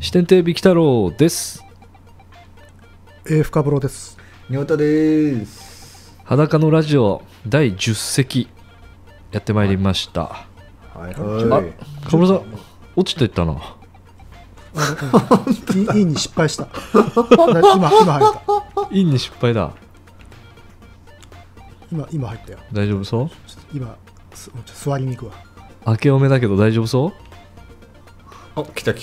視点亭ビキ太郎です。 深風呂です。 にょうたです。 裸のラジオ第10席やってまいりました。 はいはい。 あ、かぶらさん落ちてったな。 いいに失敗した。今入った。 いいに失敗だ。 今入ったよ。 大丈夫そう？ 今座りに行くわ。 明けおめだけど大丈夫そう？ あ、来た。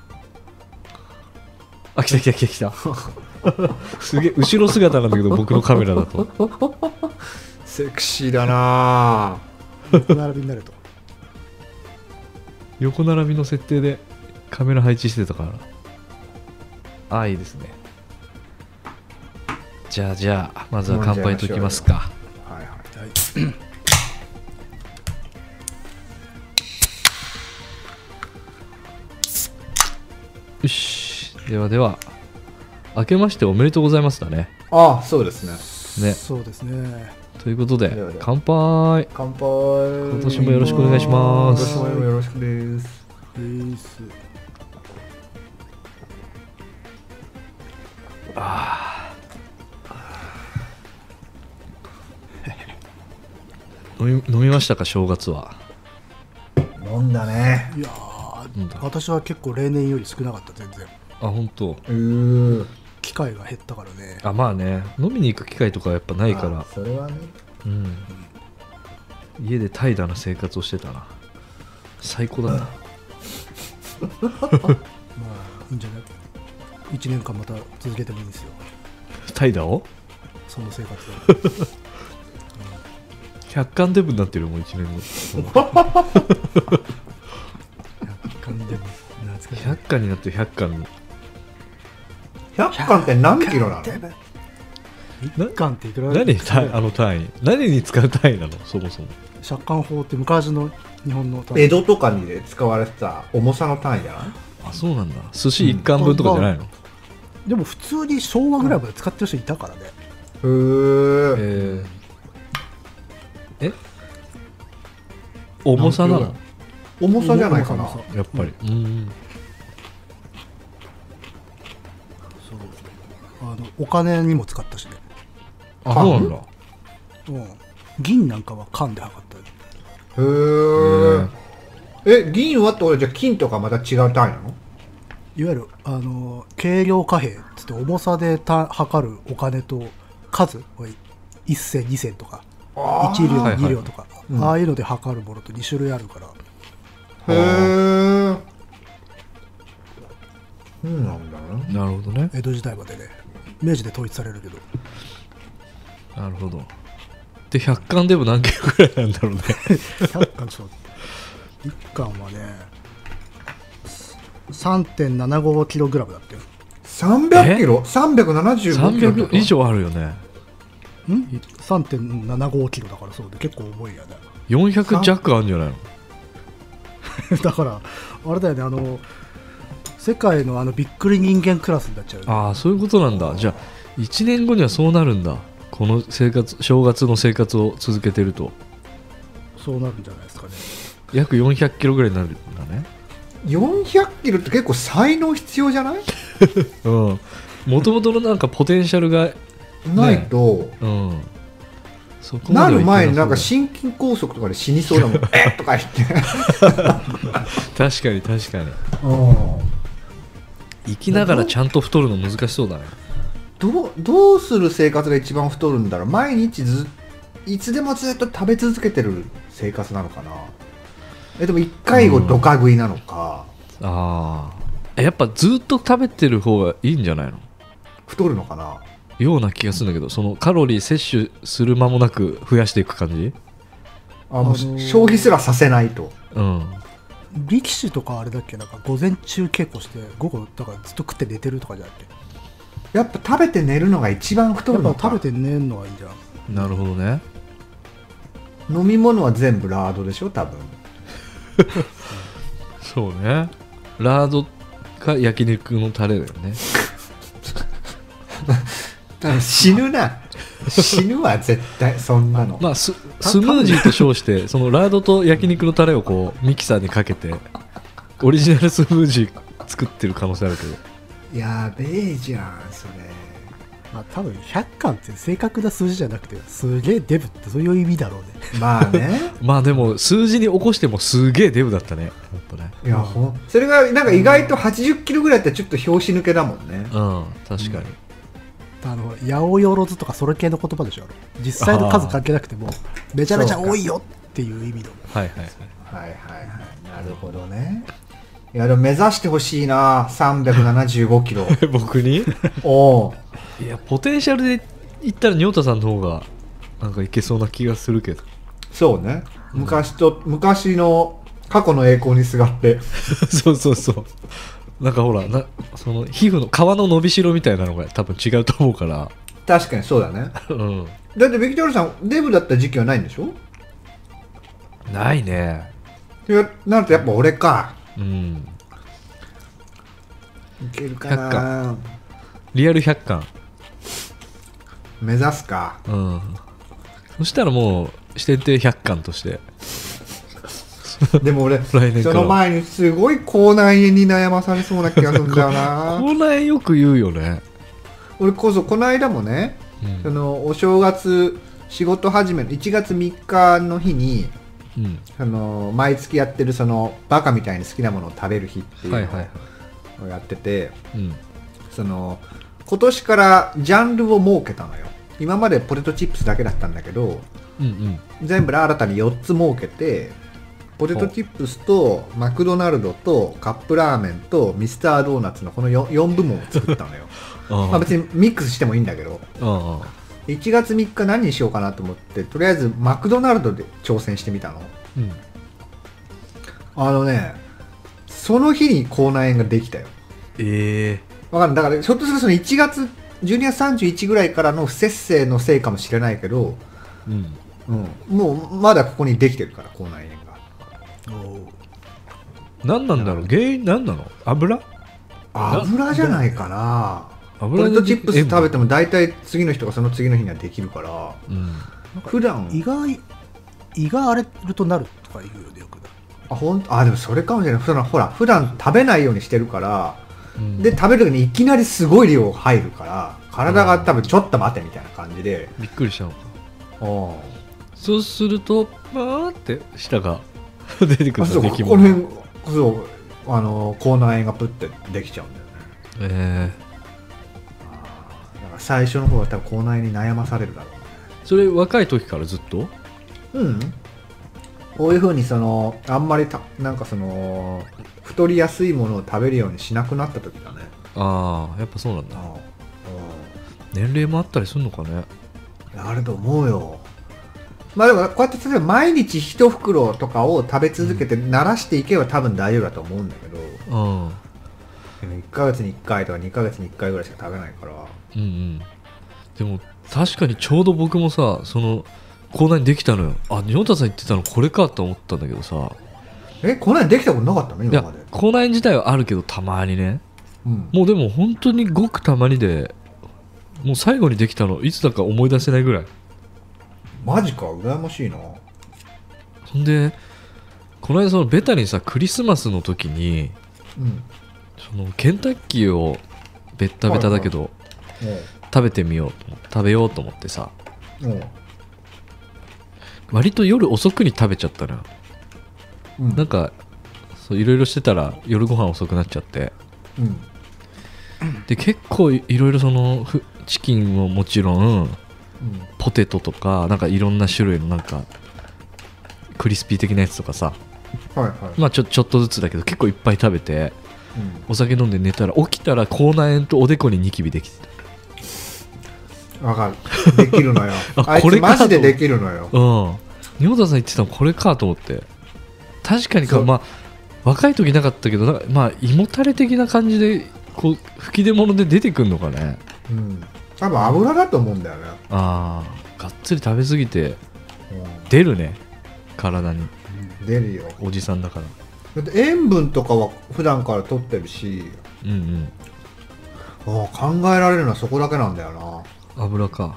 あ、来た。すげえ後ろ姿なんだけど僕のカメラだとセクシーだな。 横並びになると。 横並びの設定でカメラ配置してたから。ああ、いいですね。じゃあまずは乾杯といきますか。 はい。 よし。では明けましておめでとうございますだね。 あ、そうですね。 そうですね。 ということででは乾杯。 乾杯。 今年もよろしくお願いします。 今年もよろしくです。 飲みましたか、正月は。 飲んだね。 いやー、私は結構例年より少なかった。全然。 あ、本当。 機会が減ったからね。 あ、まあね、飲みに行く機会とかやっぱないから。 それはね。 家で怠惰な生活をしてたな。最高だった。 まあいいんじゃない。1年間また続けてもいいんですよ。 怠惰を？ その生活を。 100巻デブになってるもん、1年後。100巻になって100巻に。 100巻って何キロなの ？1巻っていくら？ 何あの単位？何に使う単位なの？そもそも。 借款法って昔の日本の単位。 江戸とかにで使われてた重さの単位じゃない？ あ、そうなんだ。寿司1貫分とかじゃないの？ でも普通に昭和ぐらいまで使ってる人いたからね。 重さなの？ 重さじゃないかな、 やっぱり。 お金にも使ったしね。 あ、そうなんだ。 銀なんかは缶で測った。 銀はって俺じゃあ金とかまた違う単位なの？ いわゆる計量貨幣っつって重さで測るお金と数1銭2銭とか1両2両とか、ああいうので測るものと2種類あるから。 なんだね。 なるほどね。 江戸時代までね、明治で統一されるけど。 なるほど。で100巻でも何キロぐらいなんだろうね。 100巻そう。1巻はね 3.75 キログラムだったよ。 300キロ ?375 キロ 300以上あるよね。 3.75 キロだからそうで結構重いよね。 400弱あるんじゃないの？ だからあれだよね、世界のびっくり人間クラスになっちゃう、ね。 ああ、そういうことなんだ。じゃあ1年後にはそうなるんだ。この正月の生活を続けてるとそうなるんじゃないですかね。 約400キロぐらいになるんだね。 400キロって結構才能必要じゃない？ もともとのなんかポテンシャルがないと、 そこまでなる前になんか心筋梗塞とかで死にそうだもん。とか言って確かに生きながらちゃんと太るの難しそうだね。 どうする生活が一番太るんだろう。毎日いつでもずっと食べ続けてる生活なのかな。でも1回をドカ食いなのか、 やっぱずっと食べてる方がいいんじゃないの？ 太るのかなような気がするんだけど、そのカロリー摂取する間もなく増やしていく感じ。 もう消費すらさせないと。 力士とかあれだっけ、なんか午前中稽古して午後だからずっと食って寝てるとかじゃなくて、 やっぱ食べて寝るのが一番太るのか。 やっぱ食べて寝るのはいいんじゃん。 なるほどね。 飲み物は全部ラードでしょ多分。 そうね。ラードか焼肉のタレだよね。 死ぬわ絶対そんなの。 まあスムージーと称してそのラードと焼肉のタレをこうミキサーにかけてオリジナルスムージー作ってる可能性あるけど。 やべえじゃんそれ。 まあ多分100巻って正確な数字じゃなくてすげえデブってそういう意味だろうね。 まあねまあでも数字に起こしてもすげえデブだったね、ほんとね。 いやそれがなんか意外と80キロぐらいだったらちょっと拍子抜けだもんね。 うん確かに。 八百万とかそれ系の言葉でしょ。実際の数関係なくてもめちゃめちゃ多いよっていう意味の。 はいはいはいはいはいなるほどね。いやでも目指してほしいな375キロはい。僕においやポテンシャルで言ったら仁太さんの方がなんかいけそうな気がするけど。 そうね昔の過去の栄光にすがってそうそうそう。なんかほらその皮膚の皮の伸びしろみたいなのが多分違うと思うから。 確かにそうだね。 うんだってビクトルさんデブだった時期はないんでしょ。 ないね。 いやなるとやっぱ俺か。 うんいけるかな。 リアル100巻。 目指すか。 うんそしたらもう視点亭100巻としてでも俺来年からその前にすごい口内炎に悩まされそうな気がするんだよな口内炎よく言うよね。 俺この間もね、 うんそのお正月仕事始めの1月3日の日にうん毎月やってるそのバカみたいに好きなものを食べる日っていうはいはいはいのをやってて、 うんその今年からジャンルを設けたのよ。今までポテトチップスだけだったんだけどうん全部で新たに4つ設けてポテトチップスとマクドナルドとカップラーメンとミスタードーナツのこの 4部門を作ったのようんまあ別にミックスしてもいいんだけどあ 1月3日何にしようかなと思ってとりあえずマクドナルドで挑戦してみたの。 うんその日に口内炎ができたよ。 えわかんない。だからひょっとするとその12月31ぐらいからの不節制のせいかもしれないけど、もうまだここにできてるから口内炎が。 何なんだろう原因何なの。油じゃないかな。ポ油テトチップス食べても大体次の日とかその次の日にはできるからうん普段胃が荒れるとなるとか言うよねよく。 でもそれかもしれない。ほら普段食べないようにしてるからうんで食べる時にいきなりすごい量入るから体が多分ちょっと待てみたいな感じで、 びっくりしたのか。 あそうするとって舌が出てくるそうのできこの辺そう口内炎がプッてできちゃうんだよね。だから最初の方は多分口内炎に悩まされるだろうね。 それ若い時からずっと。 こういう風にあんまりなんか太りやすいものを食べるようにしなくなった時だね。 ああやっぱそうなんだ。年齢もあったりするのかね。 あると思うよ。まあでもこうやって例えば毎日1袋とかを食べ続けて慣らしていけば多分大丈夫だと思うんだけど、 うん。 1ヶ月に1回とか2ヶ月に1回ぐらいしか食べないから。 うんうん。でも確かにちょうど僕もさその口内炎できたのよ。仁太さん言ってたのこれかと思ったんだけどさ。 口内炎できたことなかったのいや今まで。 口内炎自体はあるけどたまにね。 うんもうでも本当にごくたまにでもう最後にできたのいつだか思い出せないぐらい。 マジか羨ましいな。 ほんでこの間そのベタにさクリスマスの時にそのケンタッキーをベッタベタだけど食べてみよう食べようと思ってさ割と夜遅くに食べちゃったのよ。なんかいろいろしてたら夜ご飯遅くなっちゃってで結構いろいろチキンももちろんポテトとかなんかいろんな種類のなんかクリスピー的なやつとかさまあちょっとずつだけど結構いっぱい食べてお酒飲んで寝たら起きたら口内炎とおでこにニキビできてた。 わかるできるのよあいつこれかマジでできるのよ。 仁太さん言ってたのこれかと思って確かにまあ若い時なかったけどなんかまあ胃もたれ的な感じでこう吹き出物で出てくるのかね。 多分油だと思うんだよね。 がっつり食べ過ぎて出るね体に。 出るよ。 おじさんだから。 だって塩分とかは普段から取ってるし、考えられるのはそこだけなんだよな。 油か。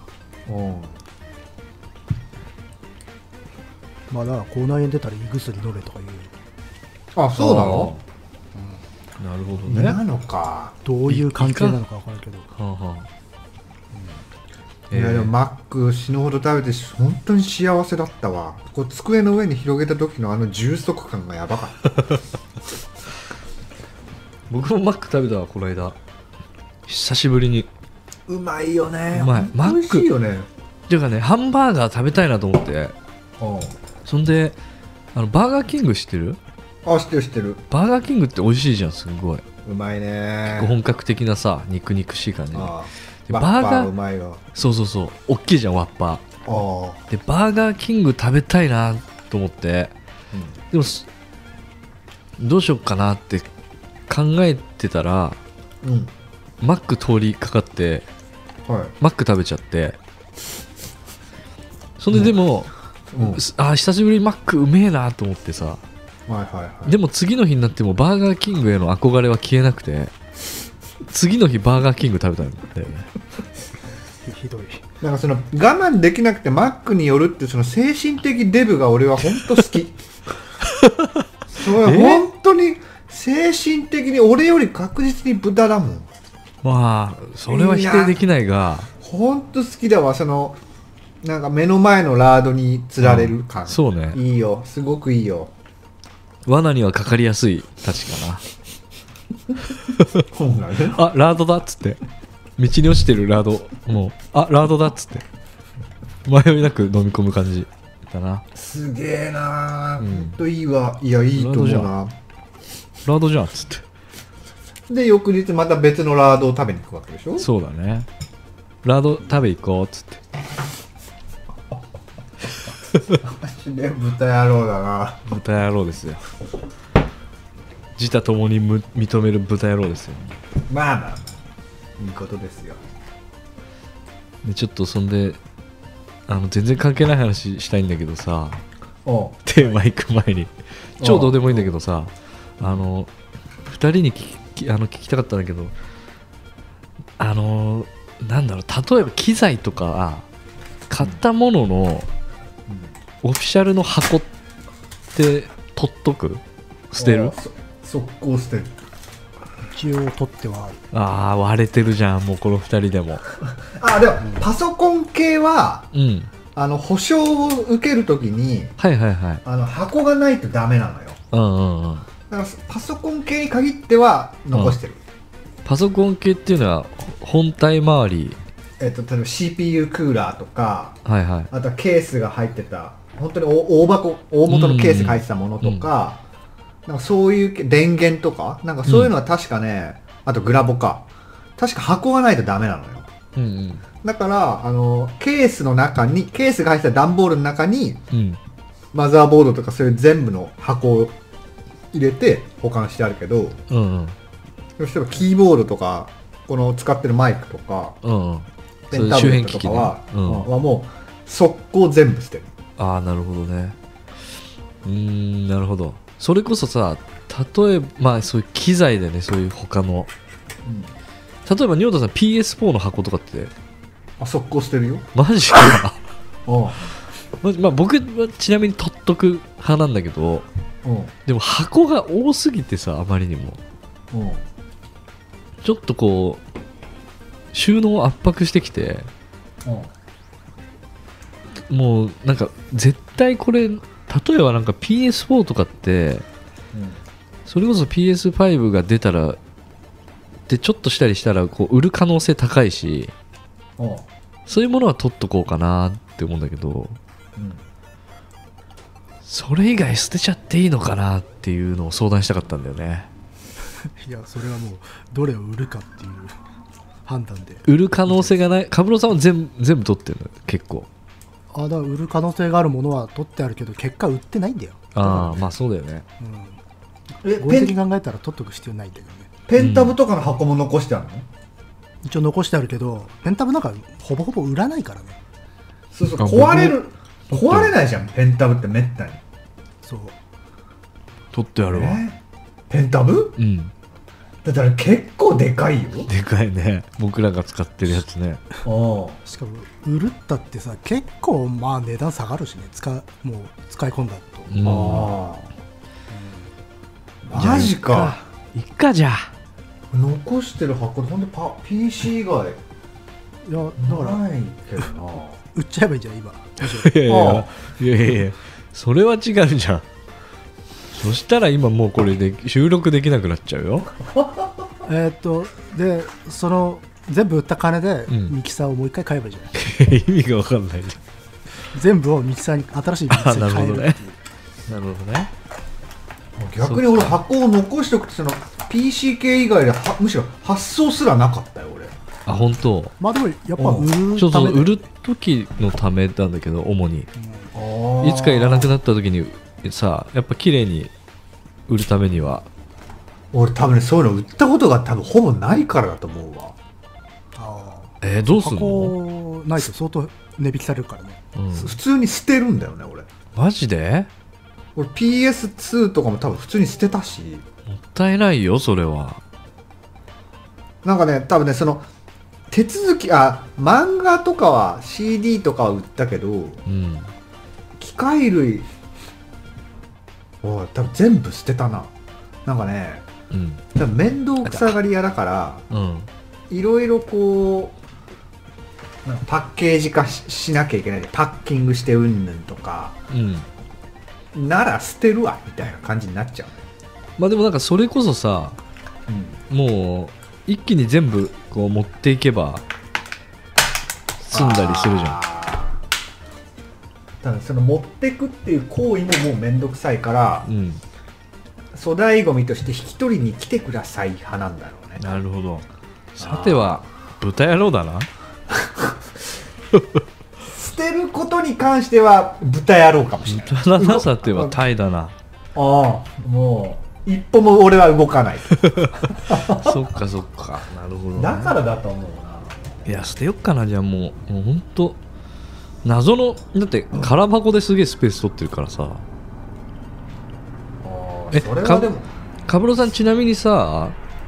まあだから口内炎出たら胃薬飲めとか言う。 あ、そうなの？ なるほどね。 なのか。 どういう関係なのか分からんけど。 はあはあいやでもマック死ぬほど食べて本当に幸せだったわ。こう机の上に広げた時の充足感がやばかった僕もマック食べたわこの間、久しぶりに。 うまいよね。 うまい。マック美味しいよね。 っていうかね、ハンバーガー食べたいなと思って、そんでバーガーキング知ってる？ あ、知ってる知ってる。 バーガーキングって美味しいじゃん、すごい。 うまいね。 結構本格的なさ、肉肉しい感じで。 バーガーうまいわ。 そうそうそう、大きいじゃんワッパー。でバーガーキング食べたいなと思って、でもどうしようかなって考えてたら、マック通りかかって、マック食べちゃって、それででも、久しぶりにマックうめえなと思ってさ、でも次の日になってもバーガーキングへの憧れは消えなくて、次の日バーガーキング食べたんだよね。 ひどい。 なんかその我慢できなくてマックによるってその精神的デブが俺は本当好きそれ本当に精神的に俺より確実に豚だもん。 まあそれは否定できないが、 本当好きだわ。そのなんか目の前のラードに釣られる感、 そうね、 いいよ、すごくいいよ。 罠にはかかりやすいたちかなそうなんね。 あ、ラードだっつって道に落ちてるラード、もうラードだっつって迷いなく飲み込む感じだな。 すげえな、ほんといいわ。いや、いいと思うな。 ラードじゃんっつって、 で翌日また別のラードを食べに行くわけでしょ。 そうだね、ラード食べ行こうっつって豚野郎だな。 豚野郎ですよ。自他ともに認める豚野郎ですよ。 まあまあまあいいことですよ。 でちょっとそんで全然関係ない話したいんだけどさ、テーマ行く前に超どうでもいいんだけどさ、2人に聞きたかったんだけど、なんだろう、例えば機材とか買ったもののオフィシャルの箱って取っとく？捨てる？ 速攻捨てる。 一応取ってはある。割れてるじゃん、もうこの2人でも。 でもパソコン系は、保証を受けるときに、箱がないとダメなのよ。だからパソコン系に限っては残してる。 パソコン系っていうのは本体周り、 例えば CPU クーラーとか、 あとはケースが入ってた本当に大元のケースが入ってたものとか、なんかそういう電源とかなんかそういうのは確かね、あとグラボか、確か箱がないとダメなのよ。だからケースの中に、ケースが入ってた段ボールの中に、マザーボードとかそういう全部の箱を入れて保管してあるけど、例えばキーボードとかこの使ってるマイクとか、ペンタブレットとかはもう速攻全部捨てる。 なるほどね。なるほど。それこそさ、例えばそういう機材でね、そういう他の、例えば仁田さん PS4 の箱とかって速攻捨てるよ。 マジか僕はちなみに取っとく派なんだけど、でも箱が多すぎてさ、あまりにもちょっとこう収納を圧迫してきて、もうなんか絶対これ、例えばなんか PS4 とかって、それこそ PS5 が出たらでちょっとしたりしたらこう売る可能性高いし、そういうものは取っとこうかなって思うんだけど、それ以外捨てちゃっていいのかなっていうのを相談したかったんだよね。 いや、それはもうどれを売るかっていう判断で。 売る可能性がない。カブロさんは全部取ってるの結構。 だから売る可能性があるものは取ってあるけど結果売ってないんだよ。 まあそうだよね。 合理的に考えたら取っとく必要ないんだけどね。 ペンタブとかの箱も残してあるの？ 一応残してあるけど、ペンタブなんかほぼほぼ売らないからね。 そう壊れないじゃん、ペンタブってめったに。そう取ってあるわ、 ペンタブ？だから結構でかいよ。 でかいね、僕らが使ってるやつね。 しかも売るったってさ、結構まあ値段下がるしね、もう使い込んだと。 マジか。 いっかじゃあ残してる箱ほんとPC 以外いやだからないけどな。 売っちゃえばいいじゃん今。 いやいやいやいやそれは違うじゃん。そしたら今もうこれで収録できなくなっちゃうよ。 でその全部売った金でうんミキサーをもう一回買えばいいじゃない、 意味が分かんないじ全部をミキサーに新しいミキサーに変えるっていう。 ゃん。なるほどね。 逆に俺箱を残しておくってその PC 系以外でむしろ発想すらなかったよ俺。 あ本当。 まあでもやっぱ売るちょっとためで売る時のためなんだけど主にあいつかいらなくなった時にさやっぱ綺麗に売るためには俺多分ねそういうの売ったことが多分ほぼないからだと思うわ。 どうすんの？ 箱ないと相当値引きされるからね。 うん、 普通に捨てるんだよね俺。 マジで？ 俺 PS2 とかも多分普通に捨てたし、 もったいないよそれは。 なんかね多分ねその手続き漫画とかは CD とかは売ったけどうん機械類多分全部捨てたな。なんかねうん多分面倒くさがり屋だからうんいろいろこうなんかパッケージ化 しなきゃいけないでパッキングしてうんぬんとかうん。 なら捨てるわみたいな感じになっちゃう、 まあでもなんかそれこそさもう一気に全部こう持っていけば済んだりするじゃん。 ただその持ってくっていう行為ももうめんどくさいからうん粗大ゴミとして引き取りに来てください派なんだろうね。 なるほど。さては豚野郎だな。 捨てることに関しては豚野郎かもしれない。 豚だなさてはタイだな。 ああもう一歩も俺は動かないそっかそっか。なるほど、ね。 だからだと思うな。 いや捨てよっかな。じゃあもうほんと謎のだって空箱ですげえスペース取ってるからさ。 それはでもカブロさんちなみにさ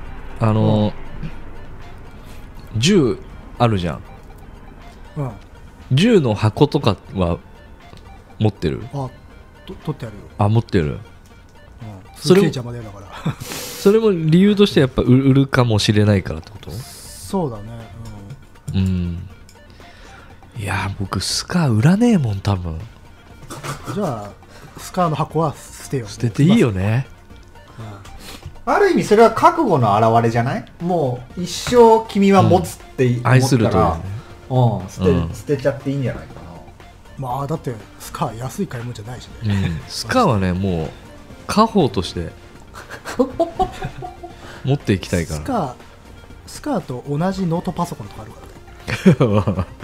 銃あるじゃん。 うん、 銃の箱とかは持ってる？ 取ってあるよ。 あ持ってる。 すげえ邪魔だよだからそれも理由としてやっぱ売るかもしれないからってこと？ そうだね。 うんいや僕スカ売らねえもん多分。 じゃあスカーの箱は捨てよう。 捨てていいよね。 ある意味それは覚悟の表れじゃない？もう一生君は持つって思ったら、 愛するというね。 捨てちゃっていいんじゃないかな。 まあだってスカー安い買い物じゃないしね。 スカはねもう家宝として持っていきたいからスカーと同じノートパソコンとかあるからね。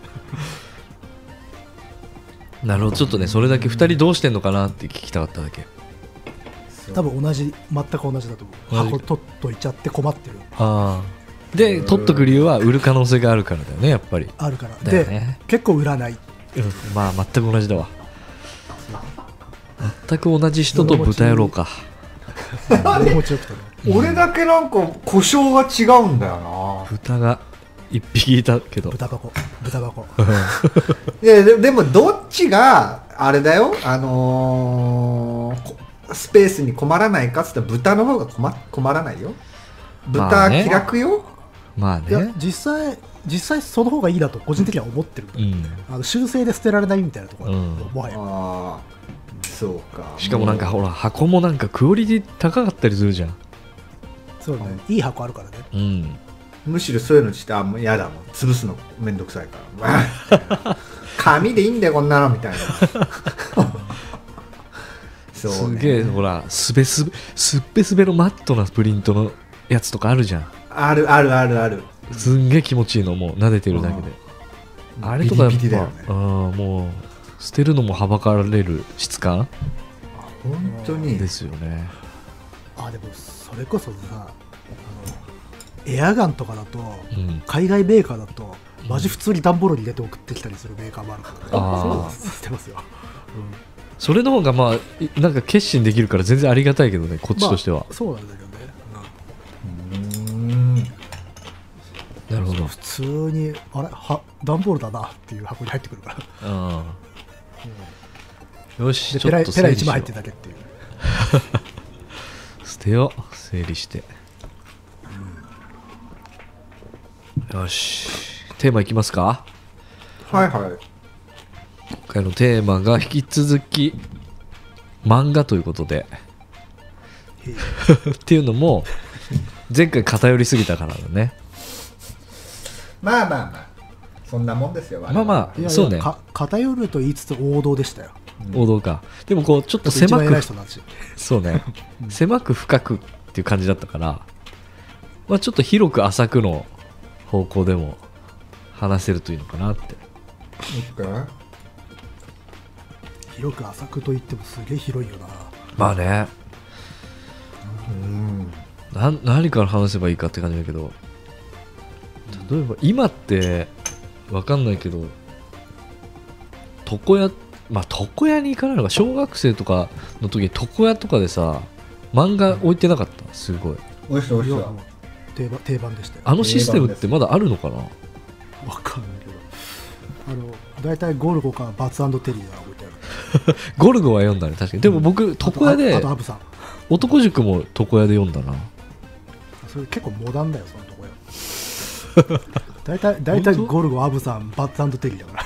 なるほど。ちょっとねそれだけ2人どうしてんのかなって聞きたかっただけ。 多分全く同じだと思う。箱取っといちゃって困ってる。 ああで取っとく理由は売る可能性があるからだよねやっぱり。 あるからだよね。 で結構売らない。 まあ全く同じだわ。全く同じ人と豚野郎か。 物持ちよくてね。 俺だけなんか故障が違うんだよな。 豚が1匹いたけど。 豚箱でもどっちがあれだよスペースに困らないかっつったら豚の方が困らないよ。豚気楽よ。 まあいやね。 実際その方がいいだと個人的には思ってるんだ、修正で捨てられないみたいなところ、もはやそうか。 しかもなんかほら箱もなんかクオリティ高かったりするじゃん。 そうね、いい箱あるからね。 むしろそういうのしてもうやだもん潰すのめんどくさいから紙でいいんだよこんなのみたいなそう、ね、 すげえほらすっぺすべのマットなプリントのやつとかあるじゃん。 あるすんげえ気持ちいいのもう撫でてるだけで。あれとかやっぱビリビリだよね。 もう捨てるのもはばかられる質感本当にですよね。 でもそれこそさエアガンとかだと、海外メーカーだとマジ普通に段ボールに入れて送ってきたりするメーカーもあるからね。捨てますよ。 それの方がまあなんか決心できるから全然ありがたいけどねこっちとしては。 そうなんだけどね。 なるほど。 普通に段ボールだなっていう箱に入ってくるから。 よしペラ1枚入ってるだけっていう。 捨てよ整理して、よしテーマいきますか。 はいはい。 今回のテーマが引き続き漫画ということでっていうのも前回偏りすぎたからだね。 まあまあまあそんなもんですよ。 まあまあそうね、 偏ると言いつつ王道でしたよ。 王道か。でもこうちょっと狭くそうね狭く深くっていう感じだったから、まあ、ちょっと広く浅くの方向でも話せるといいのかなって。 広く浅くと言ってもすげえ広いよな。 まあね、何から話せばいいかって感じだけど、例えば今って分かんないけど床屋、まあ床屋に行かないのか、小学生とかの時に床屋とかでさ漫画置いてなかった。すごいおいしいおいしい。 定番でしたよ。 あのシステムってまだあるのかな。 分かんないけど、だいたいゴルゴかバツ&テリーが置いてある。 ゴルゴは読んだね確かに。でも僕床屋で、 あとアブさん男塾も床屋で読んだな。 それ結構モダンだよその床屋。だいたいゴルゴ、アブさん、バツ&テリーだから。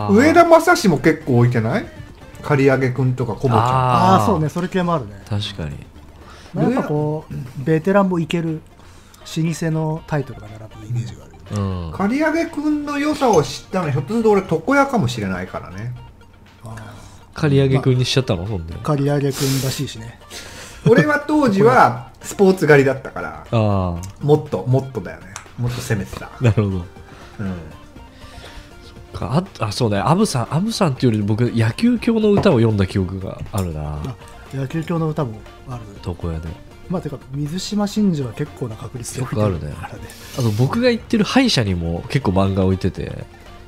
上田正史も結構置いてない？刈り上げくんとかコボちゃん。 ああそうね、それ系もあるね。 確かに。 やっぱこうベテランもいける老舗のタイトルが並ぶイメージがあるよね。 刈り上げくんの良さを知ったのはひょっとすると俺床屋かもしれないからね。 刈り上げくんにしちゃったの、そんで。 刈り上げくんらしいしね。 俺は当時はスポーツ狩りだったからもっとだよね。もっと攻めてた。 なるほど。そうね、アブさんっていうより僕野球狂の歌を読んだ記憶があるな。 野球狂の歌もある。 床屋で。 まあてか水島真司は結構な確率で置いてあるね。あと僕が行ってる歯医者にも結構漫画置いてて、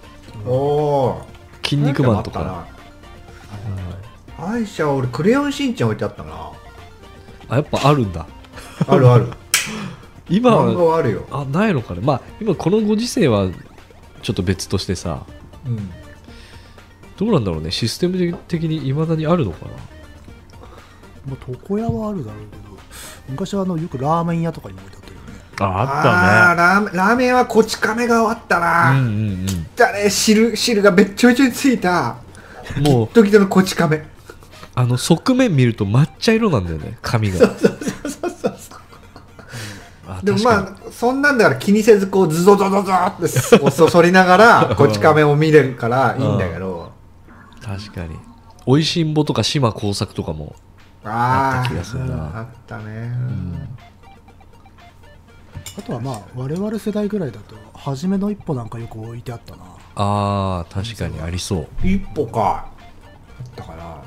筋肉マンとか。 歯医者は俺クレヨンしんちゃん置いてあったな。 やっぱあるんだ。 あるある。 今漫画はあるよ。 ないのかね。まあ今このご時世はちょっと別としてさ、どうなんだろうね、システム的にいまだにあるのかな。 まあ、床屋はあるだろうけど、昔はよくラーメン屋とかにも置いてあったよね。 あったね。 ラーメンはこち亀があったな。だね、汁がべっちょいちょいついたもうギットギトのこち亀。 側面見ると抹茶色なんだよね、髪が。そうでもまあそんなんだから気にせずこうズドドドドってそそりながらこち亀を見れるからいいんだけど。 確かにおいしんぼとか島耕作とかもあった気がするな。 あったね。 あとはまあ我々世代ぐらいだと初めの一歩なんかよく置いてあったな。 確かにありそう。 一歩かあったかな。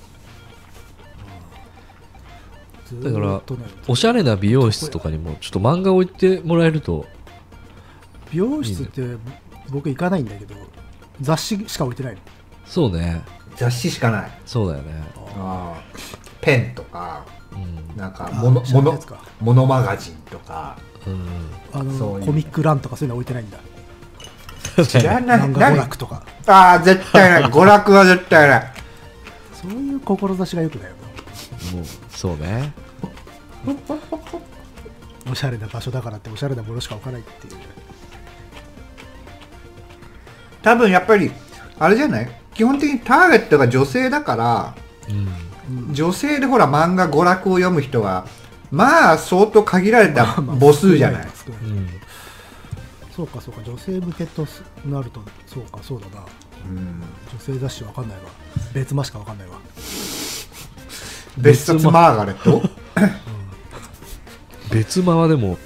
だからおしゃれな美容室とかにもちょっと漫画置いてもらえると。 美容室って僕行かないんだけど雑誌しか置いてないの。 そうね、 雑誌しかない。 そうだよね。 ペンとか、なんかモノマガジンとか、 コミックランとかそういうの置いてないんだ。 知らない。 漫画娯楽とか。 絶対ない。娯楽は絶対ない。 そういう志がよくないよ。 もうそうね。 おしゃれな場所だからっておしゃれなものしか置かないっていう。 多分やっぱりあれじゃない、基本的にターゲットが女性だから、女性でほら漫画娯楽を読む人はまあ相当限られた母数じゃない。 そうか女性向けとなるとそうだな。女性雑誌わかんないわ。別間しかわかんないわ。 別冊マーガレット。 別間はでも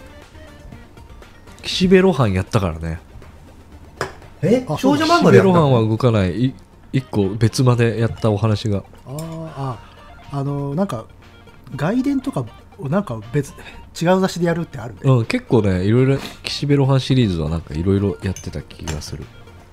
岸辺露伴やったからね。 少女漫画でやったの？岸辺露伴は動かない。一個別間でやったお話が。 なんか外伝とかなんか違う雑誌でやるってあるね。 結構ね、いろいろ岸辺露伴シリーズはなんかいろいろやってた気がする。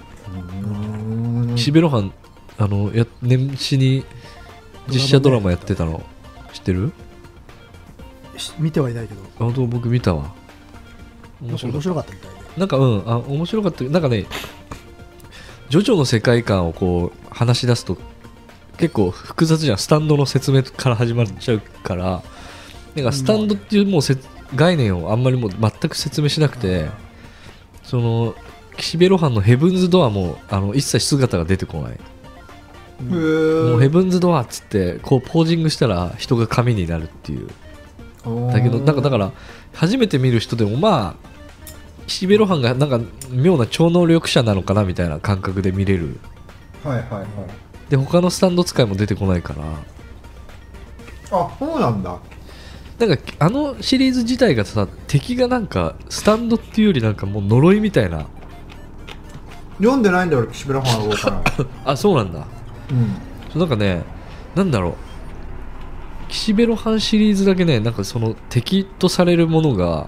岸辺露伴年始に実写ドラマやってたの知ってる？ 見てはいないけど。 本当僕見たわ。 面白かったみたいで。 なんか面白かった。なんかね、ジョジョの世界観をこう話し出すと結構複雑じゃん。スタンドの説明から始まっちゃうから、 なんかスタンドっていうもう概念をあんまりもう全く説明しなくて、その岸辺露伴のヘブンズドアも一切姿が出てこない。もうヘブンズドアっつってこうポージングしたら人が紙になるっていう。だけどなんかだから初めて見る人でもまあ岸辺露伴がなんか妙な超能力者なのかなみたいな感覚で見れる。 はいはいはい。 で他のスタンド使いも出てこないから。 あ、そうなんだ。 なんかシリーズ自体がさ、敵がなんかスタンドっていうよりなんかもう呪いみたいな。 読んでないんだよ俺、岸辺露伴の動かない。 あ、そうなんだ。なんかね、なんだろう、岸辺露伴シリーズだけね、なんかその敵とされるものが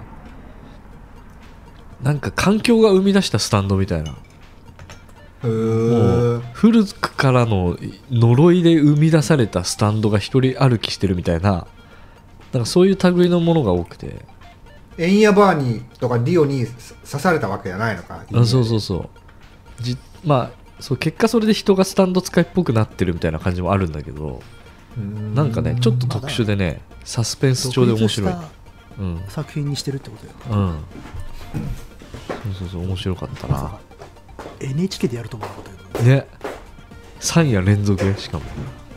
なんか環境が生み出したスタンドみたいな。もう古くからの呪いで生み出されたスタンドが一人歩きしてるみたいな、なんかそういう類のものが多くて、 エンヤバーニーとかディオに刺されたわけじゃないのか。 そうそうそう、まあそう結果それで人がスタンド使いっぽくなってるみたいな感じもあるんだけど、なんかねちょっと特殊でね、サスペンス調で面白い、 作品にしてるってことだよね。 そう面白かったな。 NHK でやると思うことよね。3夜連続でしかも、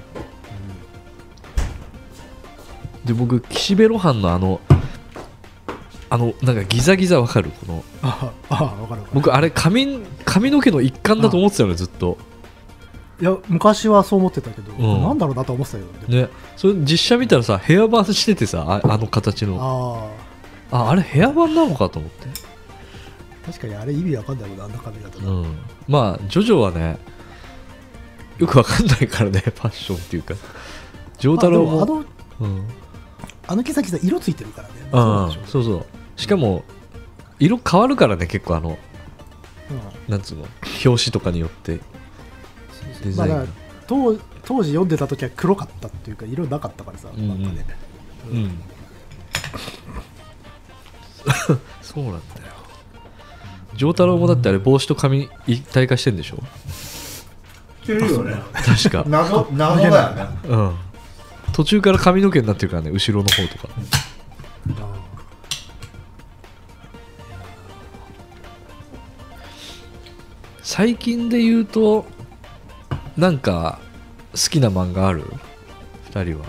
で僕岸辺露伴のなんかギザギザわかる？このわかる。 僕あれ髪の毛の一環だと思ってたよね、ずっと。 いや昔はそう思ってたけど、なんだろうなと思ってたけどね。それ実写見たらさ、ヘアバンしててさ、あの形のあれヘアバンなのかと思って。 確かにあれ意味わかんないもん、あんな髪型だ。 まあジョジョはねよくわかんないからね、ファッションっていうか。丈太郎もあのギザギザ色ついてるからね。 そうそう。しかも色変わるからね、結構なんつうの、表紙とかによってデザインが。 当時読んでた時は黒かったっていうか色なかったからさ、なんかね。 そうなんだよ。丈太郎もだってあれ帽子と髪一体化してんでしょ。 してるよね。 確か。 謎だよね。 途中から髪の毛になってるからね、後ろの方とか。最近で言うとなんか好きな漫画ある？2人は。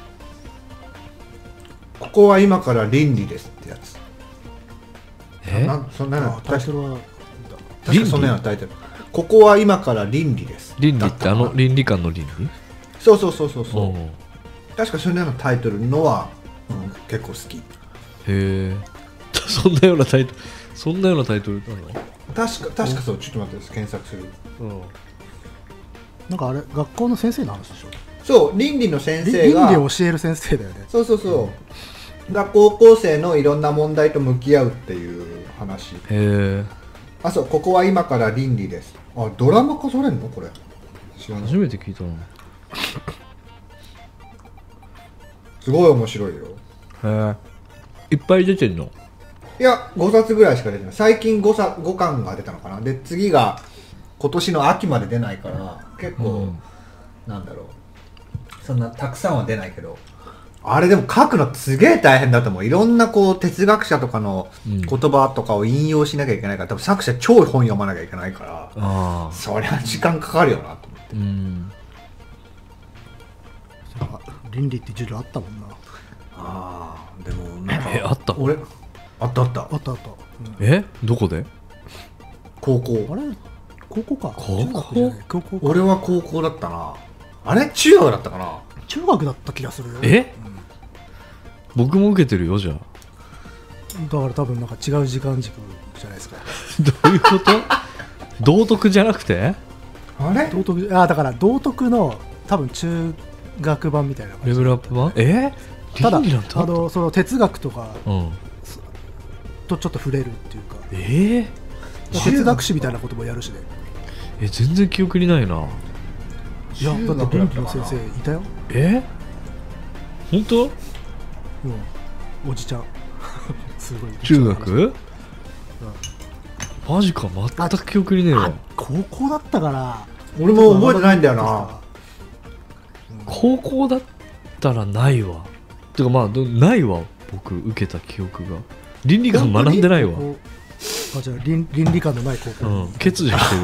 ここは今から倫理ですってやつ。そんなのタイトルは確かそんなようなタイトル。ここは今から倫理です。 倫理って倫理観の倫理？ そう確かそんなようなタイトルのは、結構好き。へえ。そんなようなタイトルなの？ 確かそう。ちょっと待って、検索する。 なんかあれ学校の先生の話でしょ。 そう、倫理の先生が倫理を教える先生だよね。 そうが高校生のいろんな問題と向き合うっていう話。 へえ。 そう、ここは今から倫理です。ドラマ化されんのこれ？ 初めて聞いたな。 すごい面白いよ。 へえ。いっぱい出てんの？ いや、5冊ぐらいしか出てない。最近5巻が出たのかな。で次が今年の秋まで出ないから結構、なんだろう、そんなたくさんは出ないけど、あれでも書くのすげえ大変だと思う。いろんなこう哲学者とかの言葉とかを引用しなきゃいけないから、多分作者超本読まなきゃいけないから、そりゃ時間かかるよなと思って。 倫理って授業あったもんな。 でもなんかあった？ 俺あった。 どこで？ 高校。 あれ高校か。 高校？ 俺は高校だったな。あれ中学だったかな。 中学だった気がするよ。 僕も受けてるよ、じゃあ。 だから多分なんか違う時間軸じゃないですか。 どういうこと？道徳じゃなくて？ あれ？だから道徳の多分中学版みたいな感じ。 レベルアップ版？ ただその哲学とかとちょっと触れるっていうか。哲学史みたいなこともやるしね。 全然記憶にないな。 いや、だって倫理の先生いたよ。 本当？ おじちゃん。すごい。 中学？マジか、全く記憶にねえわ。 高校だったから。 俺も覚えてないんだよな。 高校だったらないわ。てかまあないわ。 僕受けた記憶が。倫理観学んでないわ。 あ、じゃあ倫理観のない高校、 うん、欠如してる。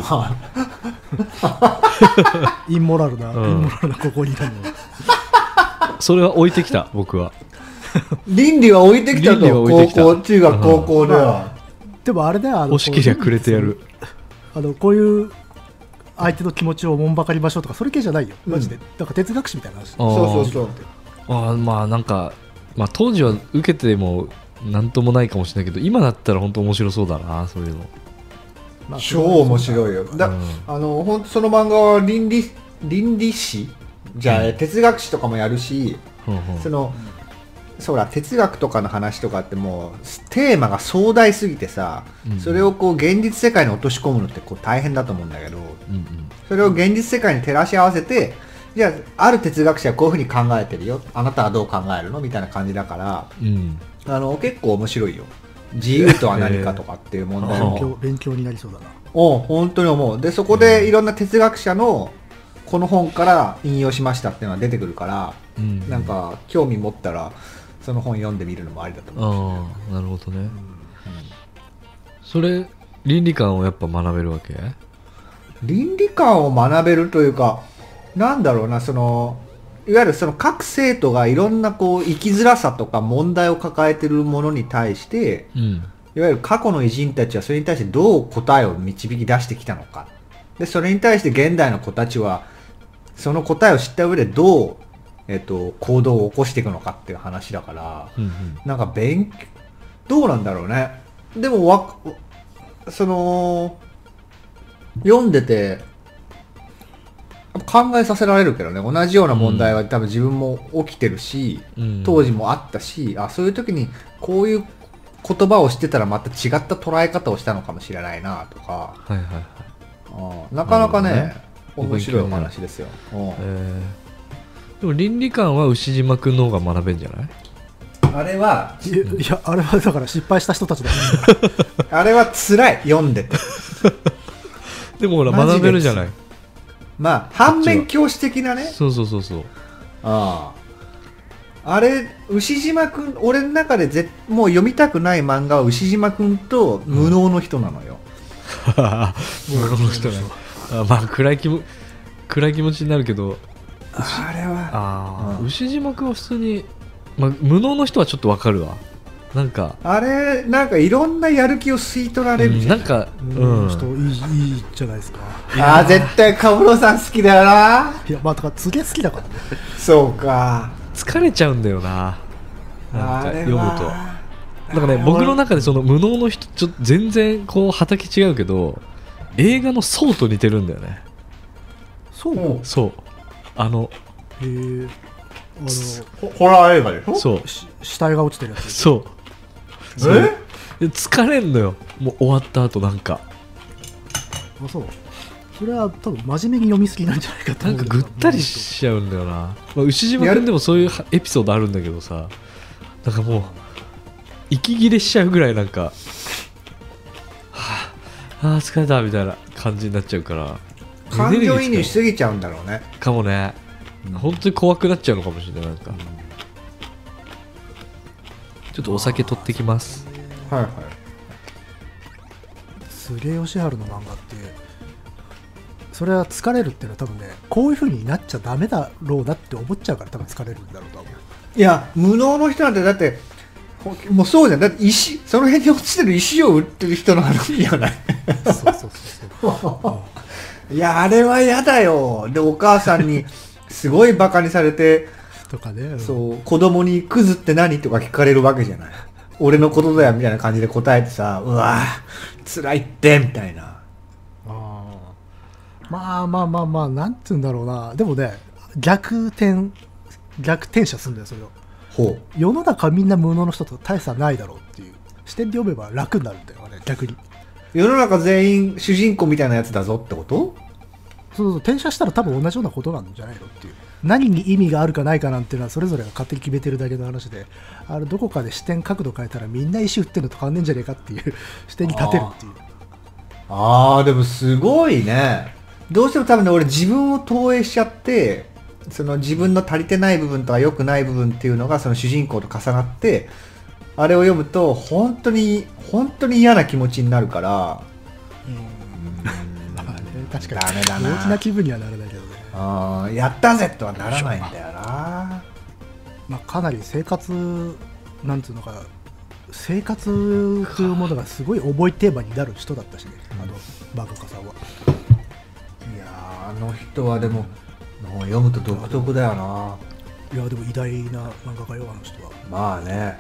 インモラルな高校にいたの。 それは置いてきた僕は。 倫理は置いてきたと。高校、中学高校では。 でもあれだよ、 欲しけりゃくれてやる。 こういう相手の気持ちをおもんばかりましょうとかそれ系じゃないよマジで。なんか哲学史みたいな話。 そうまあなんか、まあ、当時は受けてもなんともないかもしれないけど、今だったら本当面白そうだな、そういうの。 まあ、超面白いよ。本当その漫画は倫理史じゃあ、哲学史とかもやるし、そうだ、哲学とかの話とかってもうテーマが壮大すぎてさ、それをこう現実世界に落とし込むのってこう大変だと思うんだけど、それを現実世界に照らし合わせて、じゃあある哲学者はこういうふうに考えてるよ、あなたはどう考えるのみたいな感じだから、結構面白いよ。自由とは何かとかっていう問題も勉強になりそうだな。 本当に思う。でそこでいろんな哲学者のこの本から引用しましたっていうのが出てくるから、なんか興味持ったらその本読んでみるのもありだと思う。 なるほどね。それ倫理観をやっぱ学べるわけ？ 倫理観を学べるというか、なんだろうな、いわゆるその各生徒がいろんなこう生きづらさとか問題を抱えているものに対して、いわゆる過去の偉人たちはそれに対してどう答えを導き出してきたのか。で、それに対して現代の子たちはその答えを知った上でどう行動を起こしていくのかっていう話だから、なんかどうなんだろうね。でも読んでて考えさせられるけどね。同じような問題は多分自分も起きてるし、当時もあったし、そういう時にこういう言葉をしてたらまた違った捉え方をしたのかもしれないなとか、なかなかね、面白いお話ですよ。 でも倫理観は牛島くんの方が学べんじゃない？ あれはあれはだから失敗した人たちだあれは辛い、読んでて。 でもほら学べるじゃない。 まあ反面教師的なね。 そう。 あれ牛島くん、俺の中でもう読みたくない漫画は牛島くんと無能の人なのよ。 無能の人ね。まあ暗い気持ちになるけど、 あれは牛島くんは普通に、無能の人はちょっとわかるわ。なんかあれなんかいろんなやる気を吸い取られるじゃん。 なんか人いいじゃないですか。 絶対カブロさん好きだよな。 いや、だからすげえ好きだからね。 そうか。 疲れちゃうんだよな。なんか読むと。だからね、僕の中でその無能の人ちょっと全然こう畑違うけど、映画のソーと似てるんだよね。そう。 ホラー映画でしょ。 そう。 死体が落ちてるやつ。 そう。疲れんのよ。もう終わった後なんか。 そう。それは多分真面目に読みすぎなんじゃないかと思う。 なんかぐったりしちゃうんだよな。牛島君でもそういうエピソードあるんだけどさ、なんかもう息切れしちゃうぐらいなんか、疲れたみたいな感じになっちゃうから。 感情移入しすぎちゃうんだろうね。 かもね。本当に怖くなっちゃうのかもしれない。なんかちょっとお酒取ってきます。 菅義治の漫画ってそれは疲れるっていうのは多分ね、こういう風になっちゃダメだろうなって思っちゃうから多分疲れるんだろうと思う。 いや無能の人なんてだってもうそうじゃん。だってその辺に落ちてる石を売ってる人の話じゃない。いやあれは嫌だよ。でお母さんにすごいバカにされてとかね、 そう子供にクズって何とか聞かれるわけじゃない。俺のことだよみたいな感じで答えてさ、うわ辛いってみたいな。 まあなんて言うんだろうな。でもね、逆転写するんだよそれを。世の中みんな無能の人と大差ないだろうっていう視点で読めば楽になるんだよね。逆に世の中全員主人公みたいなやつだぞってこと？ そう転写したら多分同じようなことなんじゃないのっていう。何に意味があるかないかなんていうのはそれぞれが勝手に決めてるだけの話で、どこかで視点角度変えたらみんな石打ってるのと変わんねえんじゃねえかっていう視点に立てるっていう。 でもすごいね。どうしても多分ね、俺自分を投影しちゃって、その自分の足りてない部分とか良くない部分っていうのがその主人公と重なって、 あれを読むと本当に嫌な気持ちになるから、 確かにダメだな。 大きな気分にはならないけどね。 やったぜとはならないんだよな。 まあ、かなり生活なんつうのか、生活というものがすごい重いテーマになる人だったしね、漫画家さんは。 いやあの人はでも、もう読むと独特だよな。 いやでも偉大な漫画家よ、あの人は。 まあね、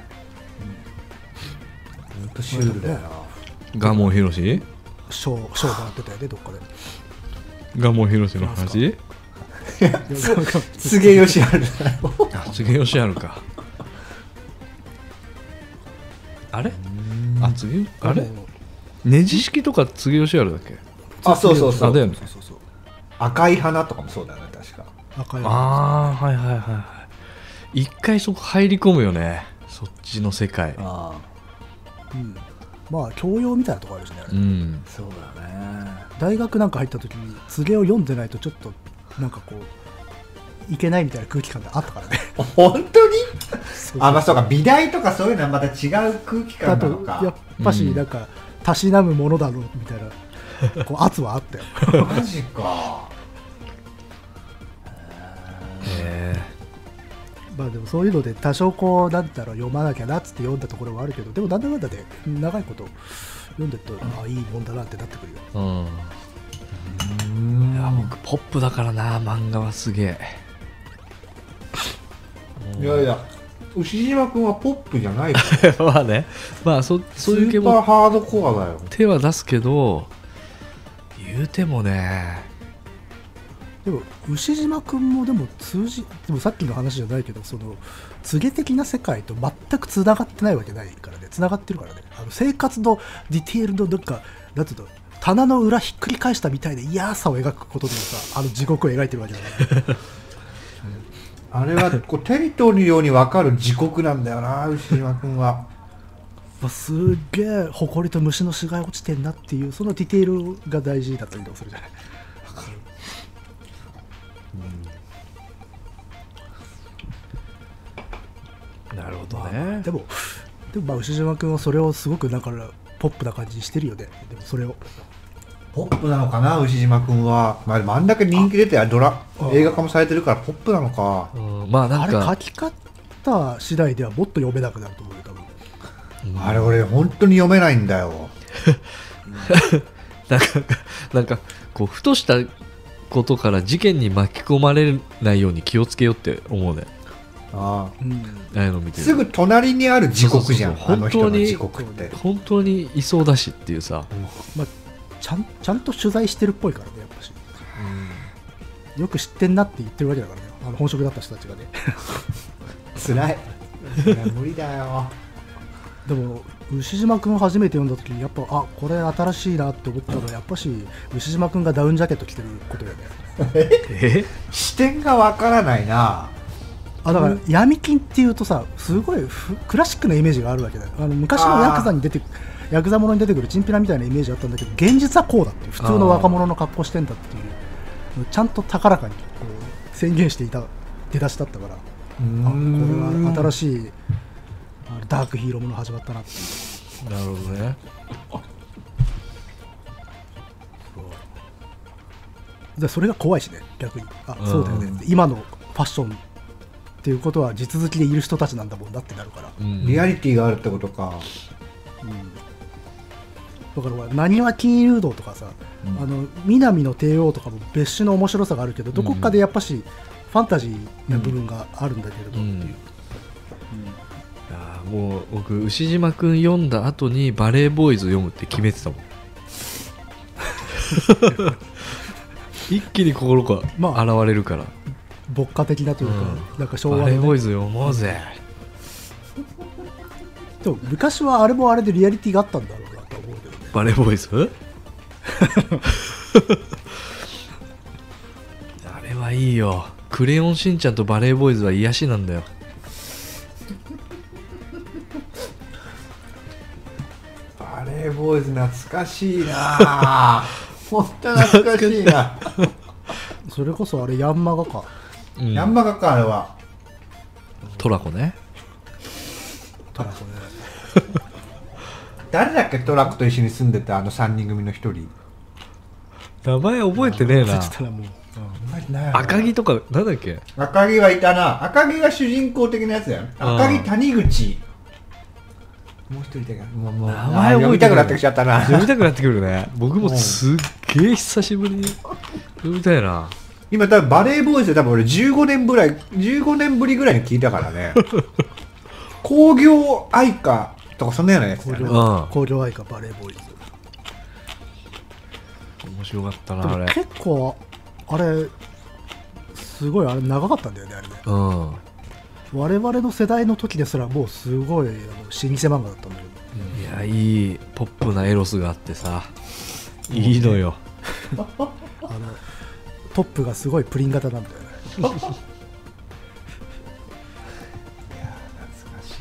ほんとシュールだよな。 蒲生宏賞もらってたよね、どっかで。 蒲生宏の話。 柘植義治だよ。 柘植義治か。あれあれネジ式とか柘植義治だっけ。 あ、そうそうそう。 あだよね。 赤い花とかもそうだよね、確か。 赤い花。 ああ、はいはいはい一回そこ入り込むよね、そっちの世界。 まあ教養みたいなとこあるしね、あれ。 そうだね。 大学なんか入った時に柘植を読んでないとちょっとなんかこういけないみたいな空気感があったからね。 本当にまあそうか、美大とかそういうのはまた違う空気感なのか。 あとやっぱしなんかたしなむものだろうみたいなこう圧はあったよ。 マジか。 まあでもそういうので多少こうなんだろう、読まなきゃなっつって読んだところはあるけど、でもなんだかんだで長いこと読んでると、いいもんだなってなってくるよ。 いや僕ポップだからな、漫画はすげえ。いやいや、牛島君はポップじゃないからまあね、まあそういう系スーパーもハードコアだよ。 手は出すけど、言うてもね。 でも牛島君もでもさっきの話じゃないけど、その柘植的な世界と全くつながってないわけないからね。つながってるからね。生活のディテールのなんていうの、棚の裏ひっくり返したみたいな嫌さを描くことでもさ、地獄を描いてるわけだから、 あれはこうテリトリーのように分かる地獄なんだよな、牛島君は。 すっげえ埃と虫の死骸落ちてんなっていう、そのディテールが大事だったりとかするじゃない。 なるほどね。 でもまあ牛島君はそれをすごくなんかポップな感じにしてるよね。でもそれをポップなのかな、牛島君は。まあでもあんだけ人気出て映画化もされてるからポップなのか。 まあなんかあれ書き方次第ではもっと読めなくなると思うよ、多分。 あれ俺本当に読めないんだよ。 なんかこうふとしたことから事件に巻き込まれないように気をつけようって思うね。ああいうの見てる。 すぐ隣にある地獄じゃん。あの人の地獄って本当にいそうだしっていうさ、 まあ、ちゃんと取材してるっぽいからね、やっぱし、よく知ってんなって言ってるわけだからね、本職だった人たちがね。 辛い。無理だよ。 でも牛島君初めて読んだ時にやっぱこれ新しいなって思ったのはやっぱし牛島君がダウンジャケット着てることだよね。 視点がわからないな。 だから闇金っていうとさ、すごいクラシックなイメージがあるわけだよ。昔のヤクザものに出てくるチンピラみたいなイメージあったんだけど、現実はこうだっていう、普通の若者の格好してんだっていう、ちゃんと高らかにこう宣言していた出だしだったから、これは新しいダークヒーローもの始まったなっていう。 なるほどね。 でそれが怖いしね、逆に。そうだよね、今のファッションっていうことは地続きでいる人たちなんだもんなってなるから、 リアリティがあるってことか。 だから浪速金融道とかさ、南の帝王とかも別種の面白さがあるけど、どこかでやっぱしファンタジーな部分があるんだけれどっていう。 もう僕牛島くん読んだ後にバレーボーイズ読むって決めてたもん。一気に心が現れるから、 牧歌的なというか、なんか昭和の、 バレーボーイズ読もうぜ。 でも昔はあれもあれでリアリティがあったんだろうなと思うけどね。 バレーボーイズあれはいいよ。クレヨンしんちゃんとバレーボーイズは癒しなんだよ。 バレーボーイズ懐かしいな。本当懐かしいな。 それこそあれヤンマガか、 ヤンマガか、あれはトラコね。 トラコね。 誰だっけ、トラックと一緒に住んでたあの3人組の1人。 名前覚えてねえな。 そしたらもう、 赤木とかなんだっけ。 赤木はいたな。赤木が主人公的なやつだよね。赤木、谷口、もう一人だけど、もう名前読みたくなってきちゃったな。 読みたくなってくるね。僕もすっげえ久しぶりに読みたいな。 今多分バレーボーイズで多分俺15年ぶりぐらいに聞いたからね。工業愛歌とかそんなようなやつだよね。 工業愛歌バレーボーイズ。 面白かったなあれ。 結構あれすごいあれ長かったんだよねあれね。我々の世代の時ですらもうすごい老舗漫画だったんだけど。いやいいポップなエロスがあってさ、いいのよ。 トップがすごいプリン型なんだよね。いや懐かし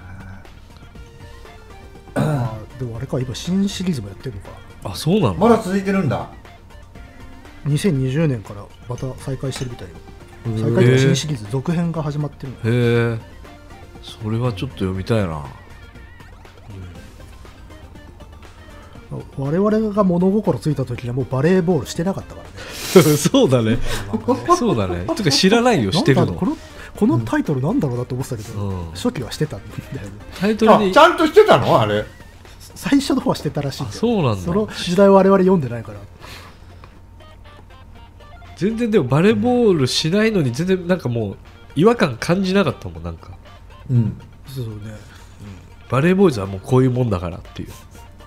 いな。 でもあれか、今新シリーズもやってるのか。 あ、そうなの。 まだ続いてるんだ。 2020年からまた再開してるみたいよ。再開の新シリーズ続編が始まってるの。 へえ、それはちょっと読みたいな。 我々が物心ついた時はもうバレーボールしてなかったからね。 そうだね。そうだね。とか知らないよ、してるの。 このタイトルなんだろうなと思ってたけど、初期はしてたんだよね。 タイトルにちゃんとしてたのあれ。 最初の方はしてたらしいんだよ。 そうなんだ。 その時代を我々読んでないから。 全然でもバレーボールしないのに全然なんかもう違和感感じなかったもんなんか。 うん。そうね。 バレーボーイズはもうこういうもんだからっていう。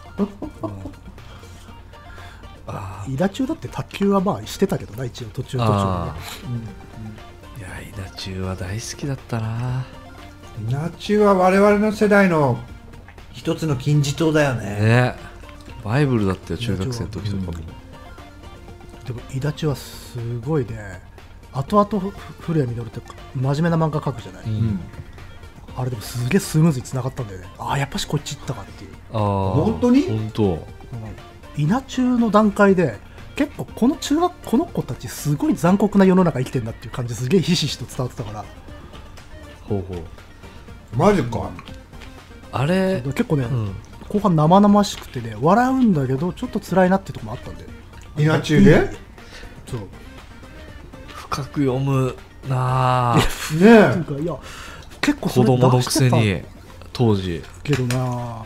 伊田中だって卓球はまあしてたけどな、一応途中ね。 いや伊田中は大好きだったな。 伊田中は我々の世代の一つの金字塔だよね。 バイブルだったよ中学生の時とかも。 でも伊田中はすごいね。後々古谷実って真面目な漫画描くじゃない。あれでもすげえスムーズに繋がったんだよね。ああやっぱしこっち行ったかっていう。 本当に？ 本当。 伊那中の段階で結構この子たちすごい残酷な世の中生きてんだっていう感じすげえひしひしと伝わってたから。 ほうほう。マジか。 あれ結構ね、後半生々しくてね笑うんだけどちょっと辛いなってとこもあったんで。 伊那中で？ そう。 深く読むなぁ。ねえ。いや結構子供のくせに当時。 けどな。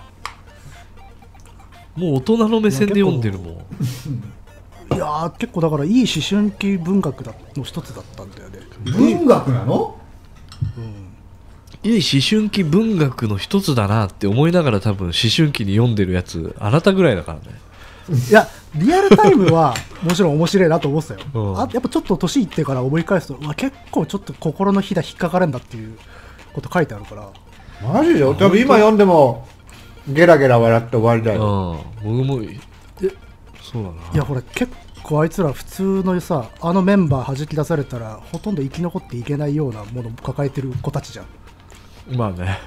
もう大人の目線で読んでるもん。 いや結構だからいい思春期文学の一つだったんだよね。 文学なの？ いい思春期文学の一つだなって思いながら多分思春期に読んでるやつあなたぐらいだからね。 いやリアルタイムはもちろん面白いなと思ってたよ。やっぱちょっと年いってから思い返すと結構ちょっと心のひだ引っかかるんだっていうこと書いてあるから。 マジで？多分今読んでもゲラゲラ笑って終わりだよ。 僕もそうだな。 いやほら結構あいつら普通のさあのメンバー弾き出されたらほとんど生き残っていけないようなものを抱えてる子たちじゃん。 まあね。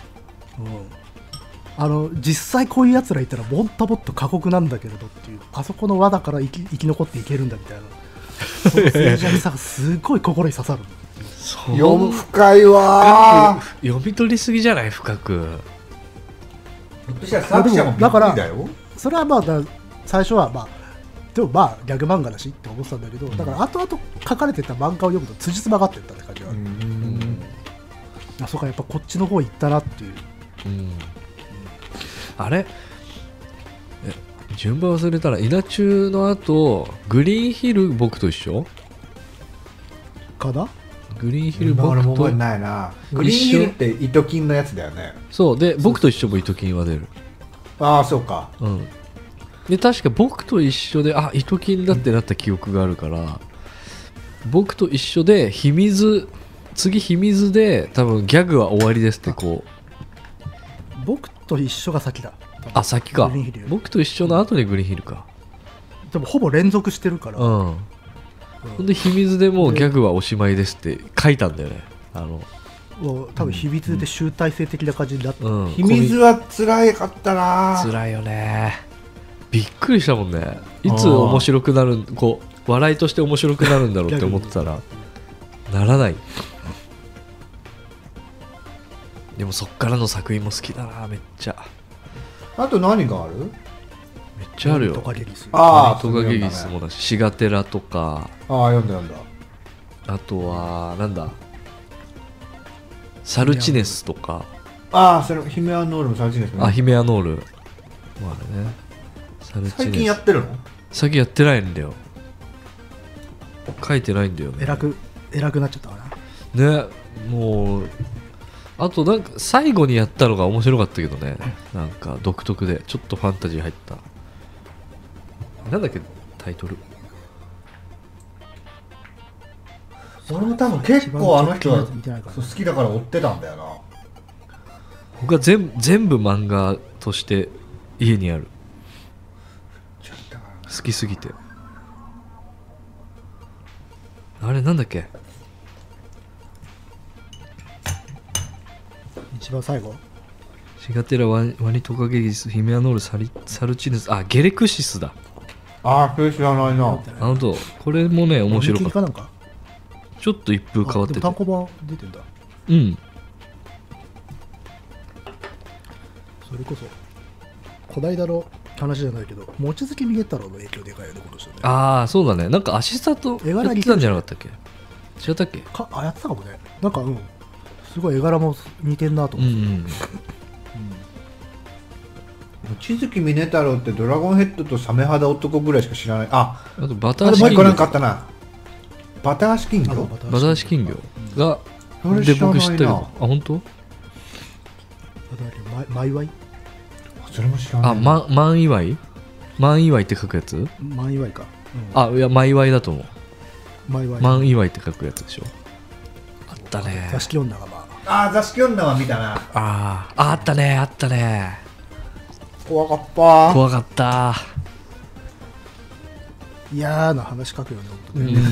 実際こういうやつらいたらもっともっと過酷なんだけれどっていうあそこの輪だから生き残っていけるんだみたいなその政治にさすごい心に刺さる。 読む深いわー。読み取りすぎじゃない深く。 だからそれはまあ最初はまあでもまあギャグ漫画だしって思ってたんだけど、だから後々書かれてた漫画を読むと辻褄が合ってったって感じがある。あそうかやっぱこっちの方行ったなっていう。 あれ順番忘れたら稲中の後グリーンヒル僕と一緒かな。 グリーンヒル僕と覚えないな。グリーンヒルって糸金のやつだよね。 そうで僕と一緒も糸金は出る。 ああそうか。 で確か僕と一緒で糸金だってなった記憶があるから、僕と一緒で次秘密で多分ギャグは終わりですってこう。僕と一緒が先だ。 先か。僕と一緒の後でグリーンヒルか。 でもほぼ連続してるから。 ほんで秘密でもうギャグはおしまいですって書いたんだよね。 多分秘密で集大成的な感じになった。 秘密は辛かったな。 辛いよね。びっくりしたもんね。いつ面白くなる笑いとして面白くなるんだろうって思ってたらならない。 でもそっからの作品も好きだな、めっちゃ。 あと何がある？ めっちゃあるよ。 トカゲギス。 ああ、 トカゲギスもだし、シガテラとか、 ああ、読んだ読んだ。 あとはなんだ、サルチネスとか。 ああ、それヒメアノールもサルチネスね。 あ、ヒメアノールもあるね。サルチネス最近やってるの？ 最近やってないんだよ。書いてないんだよね。 偉くなっちゃったかな。 ね、もうあとなんか最後にやったのが面白かったけどね、なんか独特でちょっとファンタジー入った、なんだっけタイトル。 俺も多分結構あの人は見てないからそう好きだから追ってたんだよな。 僕は全部漫画として家にある、 ちょっとだから好きすぎて。あれなんだっけ、 一番最後。 シガテラ、ワニトカゲギス、ヒメアノール、サルチネス、あ、ゲレクシスだ。 ああ、それ知らないな。 あのとこれもね面白かった。 なんかちょっと一風変わってて、 でも単行本出てんだ。 うん、 それこそこないだの話じゃないけど、望月逃げ太郎の影響でかいよね、この人ね。 ああそうだね、なんかアシスタントやってたんじゃなかったっけ、違ったっけ。 やってたかもね。なんかすごい絵柄も似てんなと思って、 望月峰太郎ってドラゴンヘッドとサメ肌男ぐらいしか知らない。あとバタあーシキング、 ともう一個なんかあったな。バターシキング。 バターシキングが、でそれ知らないな。 僕知ったけど、あ本当？ マイワイそれも知らない。 あ、マンイワイって書くやつ？ マンイワイか、 あ、いやマイワイだと思う。 マイワイマンイワイって書くやつでしょ。あったね。 座敷女がああ、座敷女は見たな。 あったね、あったね。 怖かった。 怖かった。 嫌な話書くよね、本当ね。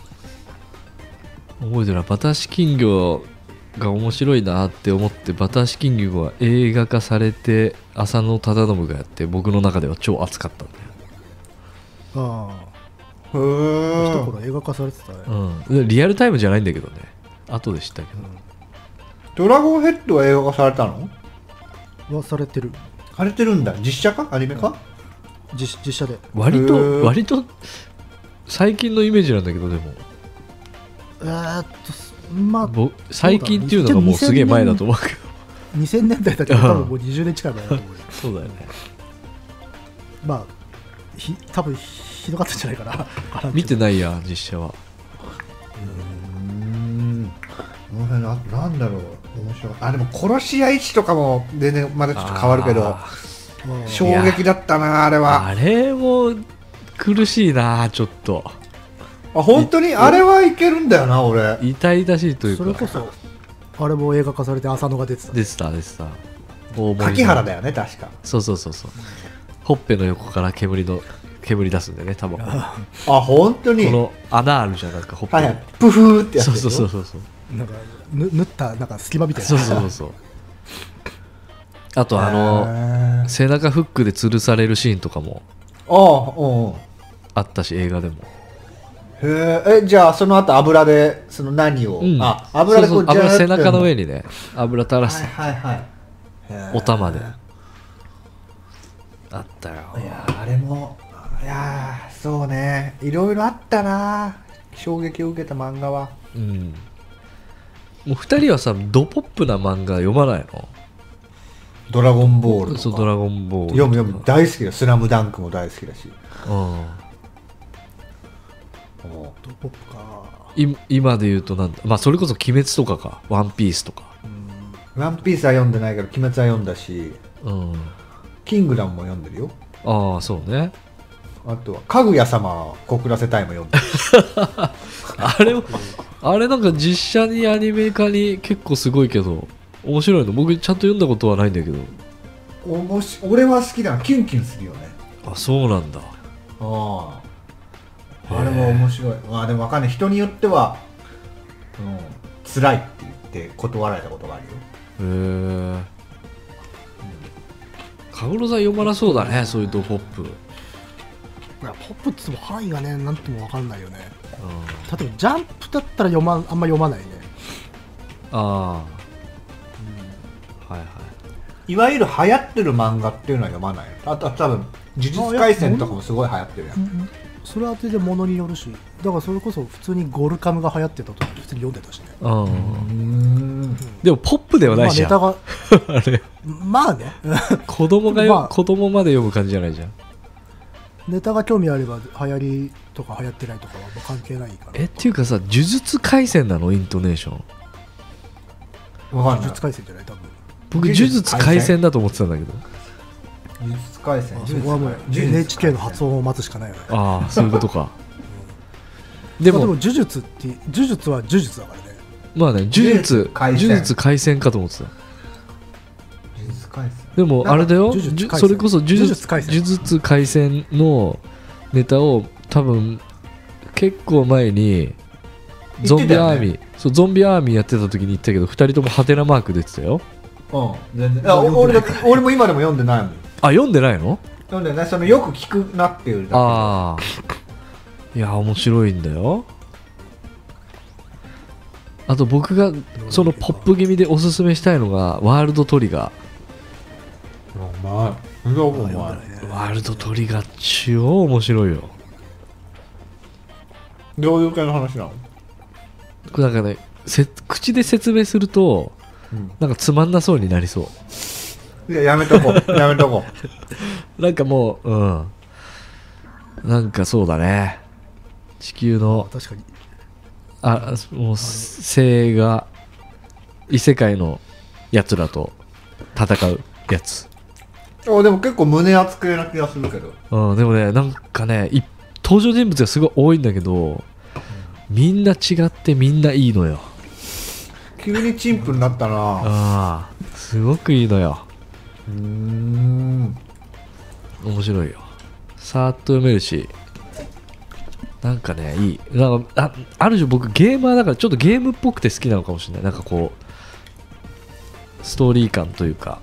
覚えてるな、バターシキングが面白いなって思って、バターシキングは映画化されて浅野忠信がやって、僕の中では超熱かったんだよ。 あへあ、一え。 頃映画化されてたね。 リアルタイムじゃないんだけどね、後で知ったけど、 ドラゴンヘッドは映画化されたの？ はされてる。 されてるんだ。実写かアニメか？ 実写で。 割と最近のイメージなんだけど、でもまあ最近っていうのがもうすげえ前だと思うけど、 2000年代だけど多分もう20年近い前だと思うよ。 そうだよね。 まあ多分ひどかったんじゃないかな。 見てないや実写は。 この辺なんだろう、面白い。あ、でも殺し屋市とかも全然まだちょっと変わるけど、衝撃だったなあれは。 あれも苦しいな、ちょっと。 あ、本当にあれはいけるんだよな、俺。 痛々しいというか。 それこそあれも映画化されて浅野が出てた。 出てた。 柿原だよね、確か。 そう。ほっぺの横から煙出すんだよね、多分。 あ、本当に。 この穴あるじゃん、なんかほっぺ。 はいはい、プフーってやつ。 そう。 なんか縫ったなんか隙間みたいな。 そう。あと背中フックで吊るされるシーンとかもあったし、映画でも。 へえ、じゃあその後油でその何を、油でこう油背中の上にね、油垂らす。 はいお玉であったよ。 いやあれも、いやそうね、いろいろあったな、衝撃を受けた漫画は。 もう2人はさ、ドポップな漫画読まないの？ ドラゴンボールとか。 そう、ドラゴンボール読む大好きだ。スラムダンクも大好きだし。 ドポップか。 今で言うとなんだ、まあそれこそ鬼滅とかか、ワンピースとか。 ワンピースは読んでないけど鬼滅は読んだし、キングダムも読んでるよ。 ああ、そうね。 あとはかぐや様告らせたいも読んでる。 あれなんか実写にアニメ化に結構すごいけど面白いの。僕ちゃんと読んだことはないんだけど。 俺は好きだな。キュンキュンするよね。 あ、そうなんだ。 あれも面白い。まあでもわかんない。人によっては、辛いって言って断られたことがあるよ。 へえ。カグロさん読まなそうだね、そういうドポップ。 いや、ポップって言っても範囲がね、なんとも分かんないよね。例えばジャンプだったらあんま読まないね。 はいいわゆる流行ってる漫画っていうのは読まないの？あとは多分呪術廻戦とかもすごい流行ってるやん。 それは全然ものによるし、だからそれこそ普通にゴルカムが流行ってたと普通に読んでたしね。 でもポップではないじゃん、 まあ、ネタがあれまあね子供がまあ子供まで読む感じじゃないじゃん。 ネタが興味あれば流行りとか流行ってないとかはもう関係ないから。 っていうかさ、呪術廻戦なのイントネーション。 呪術廻戦じゃない多分。 僕呪術廻戦だと思ってたんだけど。 呪術廻戦、 そこはもう NHK の発音を待つしかないよね。 ああそういうことかでも呪術は呪術だからね。 まあね、呪術廻戦かと思ってた。 呪術廻戦でもあれだよ、それこそ呪術廻戦のネタを多分結構前にゾンビアーミー、そうゾンビアーミーやってた時に言ったけど、2人ともハテナマーク出てたよ。 全然。俺も今でも読んでないもん。 あ、読んでないの？ 読んでない。そのよく聞くなっていうだけ。 ああ、いや面白いんだよ。あと僕がそのポップ気味でおすすめしたいのがワールドトリガー。 ワールドトリガー超面白いよ。 どういう系の話なの？ これなんかね、口で説明すると、なんかつまんなそうになりそう。 いや、やめとこうやめとこうなんかもうなんかそうだね、地球の確かにもう精が異世界のやつらと戦うやつ。 でも結構胸熱系な気がするけど。 でもね、なんかね、登場人物がすごい多いんだけど、みんな違ってみんないいのよ。 急にチンプになったな。 すごくいいのよ。面白いよ。さーっと読めるし、なんかね、いい。なんかある種僕ゲーマーだからちょっとゲームっぽくて好きなのかもしれない。なんかこうストーリー感というか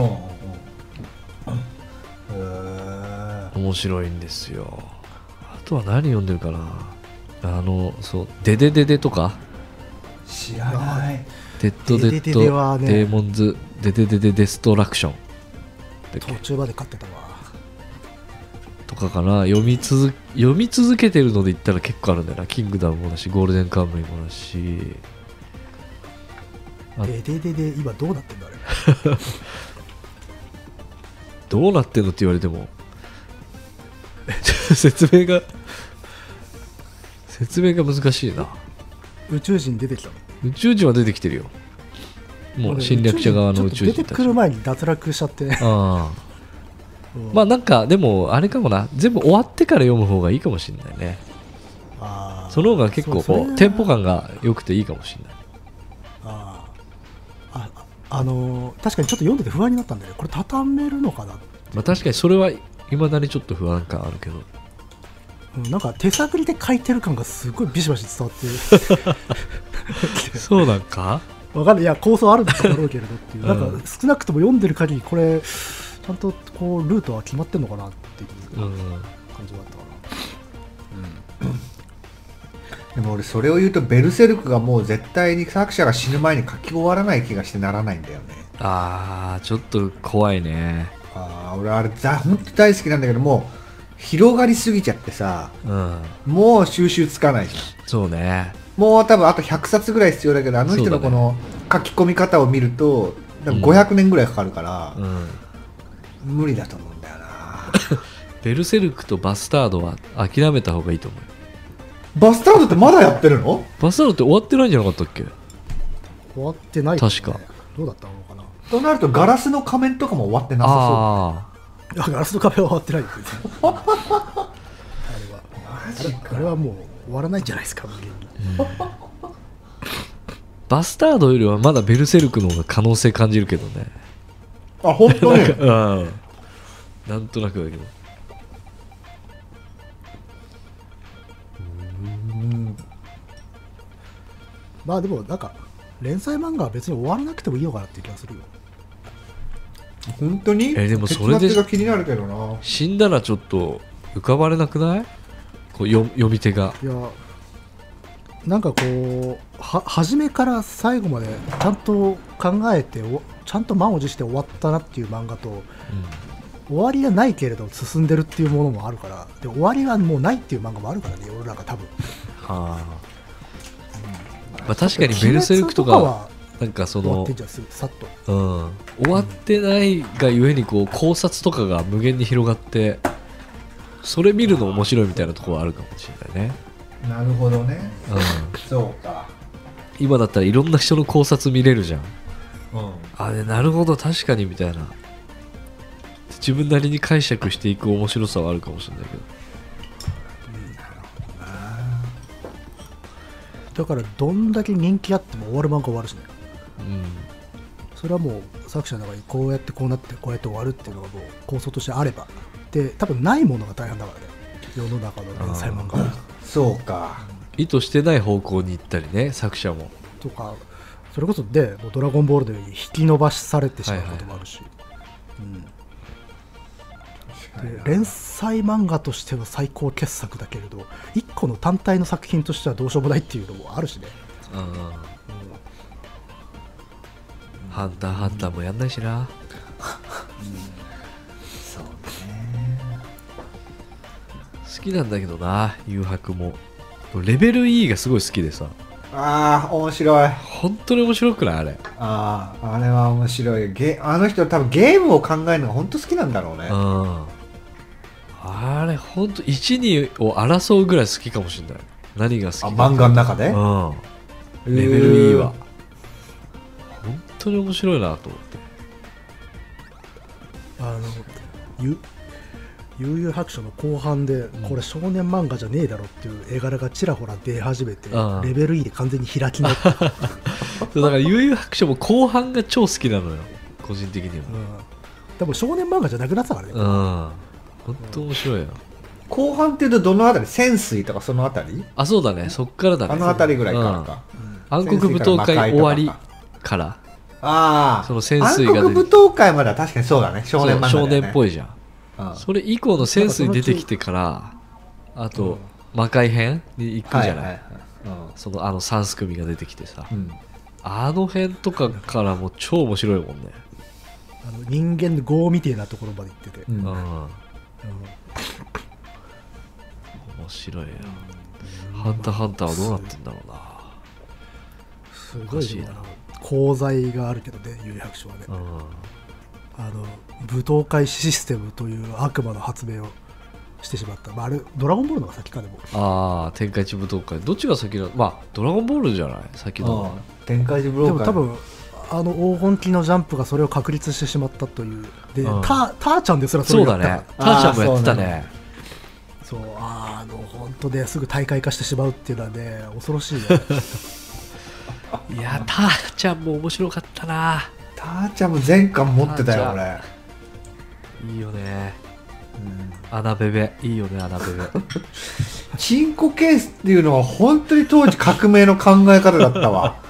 面白いんですよ。あとは何読んでるかな。そうデデデデとか知らない。 デッドデッドデーモンズデデデデデストラクション途中まで買ってたわとかかな。読み続けてるので言ったら結構あるんだよな。キングダムもだし、ゴールデンカムイもだし。 デデデデ今どうなってんだあれどうなってんのって言われても説明が難しいな。 宇宙人出てきたの？ 宇宙人は出てきてるよ。もう侵略者側の宇宙人たち出てくる前に脱落しちゃってまあなんかでもあれかもな、全部終わってから読む方がいいかもしれないね。その方が結構こうテンポ感が良くていいかもしれない。 確かにちょっと読んでて不安になったんだよ。これ畳めるのかなって。 まあ確かにそれはいまだにちょっと不安感あるけど、 なんか手探りで書いてる感がすごいビシバシ伝わってそうなんかわかんない。いや構想あるんだろうけれどっていう、なんか少なくとも読んでる限りこれちゃんとこうルートは決まってんのかなっていう感じがあったかな。 でも俺それを言うとベルセルクがもう絶対に作者が死ぬ前に書き終わらない気がしてならないんだよね。 ちょっと怖いね。 俺あれ本当に大好きなんだけど、もう広がりすぎちゃってさ、もう収集つかないじゃん。 そうね。 もう多分あと100冊ぐらい必要だけど、あの人のこの書き込み方を見ると500年ぐらいかかるから、無理だと思うんだよなベルセルクとバスタードは諦めた方がいいと思う。 バスタードってまだやってるの？ バスタードって終わってないんじゃなかったっけ？ 終わってない、 確か。 どうだったのかな。 となるとガラスの仮面とかも終わってなさそう。ガラスの壁は終わってないですあれはもう終わらないんじゃないですか、 バスタードよりはまだベルセルクの方が可能性感じるけどね。 本当になんとなくだけど。 まあでもなんか連載漫画は別に終わらなくてもいいのかなっていう気がするよ。 本当に？ でもそれで結末が気になるけどな。 死んだらちょっと浮かばれなくない？こう読み手が。 いやなんかこう初めから最後までちゃんと考えてちゃんと満を持して終わったなっていう漫画と、終わりがないけれど進んでるっていうものもあるから、で終わりはもうないっていう漫画もあるからね、俺らが多分。 はあ、まあ、確かにベルセルクとかはなんかその終わってないがゆえにこう考察とかが無限に広がってそれ見るの面白いみたいなところはあるかもしれないね。 なるほどね、そうか。 今だったらいろんな人の考察見れるじゃん、 うん、 あれなるほど確かにみたいな、自分なりに解釈していく面白さはあるかもしれないけど、 だからどんだけ人気あっても終わる漫画終わるしね、それはもう作者の中にこうやってこうなってこうやって終わるっていうのがもう構想としてあればで、多分ないものが大半だからね、世の中の連載漫画は。 そうか、 意図してない方向に行ったりね、作者もとか、それこそでもうドラゴンボールのように引き伸ばしされてしまうこともあるし、で連載漫画としては最高傑作だけれど一個の単体の作品としてはどうしようもないっていうのもあるしね。 ハンターハンターもやんないしな、 そうね、 好きなんだけどな、誘白もレベル E がすごい好きでさ。 ああ面白い、 本当に面白くないあれ。 あれは面白い。あの人多分ゲームを考えるのが本当好きなんだろうね。 あれ本当1、2を争うぐらい好きかもしれない。何が好きか。 漫画の中で、 レベル E は本当に面白いなと思って。 悠々白書の後半で、これ少年漫画じゃねえだろっていう絵柄がちらほら出始めて、レベル E で完全に開き直っただから悠々白書も後半が超好きなのよ個人的には。 多分少年漫画じゃなくなったからね。 本当面白いよ。 後半っていうとどのあたり、潜水とかそのあたり？ あ、そうだね、そっからだね。 あのあたりぐらいからか。 暗黒舞踏会終わりから、その潜水が暗黒舞踏会までは確かにそうだね、少年漫画だよね。 少年っぽいじゃん。それ以降の潜水出てきてから、あと魔界編に行くじゃない。その3組が出てきてさ、あの辺とかからも超面白いもんね。 人間の業みたいなところまで行ってて、 面白いよ。ハンターハンターはどうなってんだろうな。 すごいな。功罪があるけどね、悠々白書はね。舞踏会システムという悪魔の発明をしてしまった。あれドラゴンボールのが先かでも。 天下一舞踏会どっちが先なの？ドラゴンボールじゃない先の。 天下一舞踏会。 でも多分黄金期のジャンプがそれを確立してしまったという。で、ターちゃんですらそれをやった。 そうだね。ターちゃんもやってたね。 そう、本当ですぐ大会化してしまうっていうのはね、恐ろしいね。 いや、ターちゃんも面白かったな。 ターちゃんも全巻持ってたよ俺。 いいよね。アナベベいいよね、アナベベ。 チンコケースっていうのは本当に当時革命の考え方だったわ。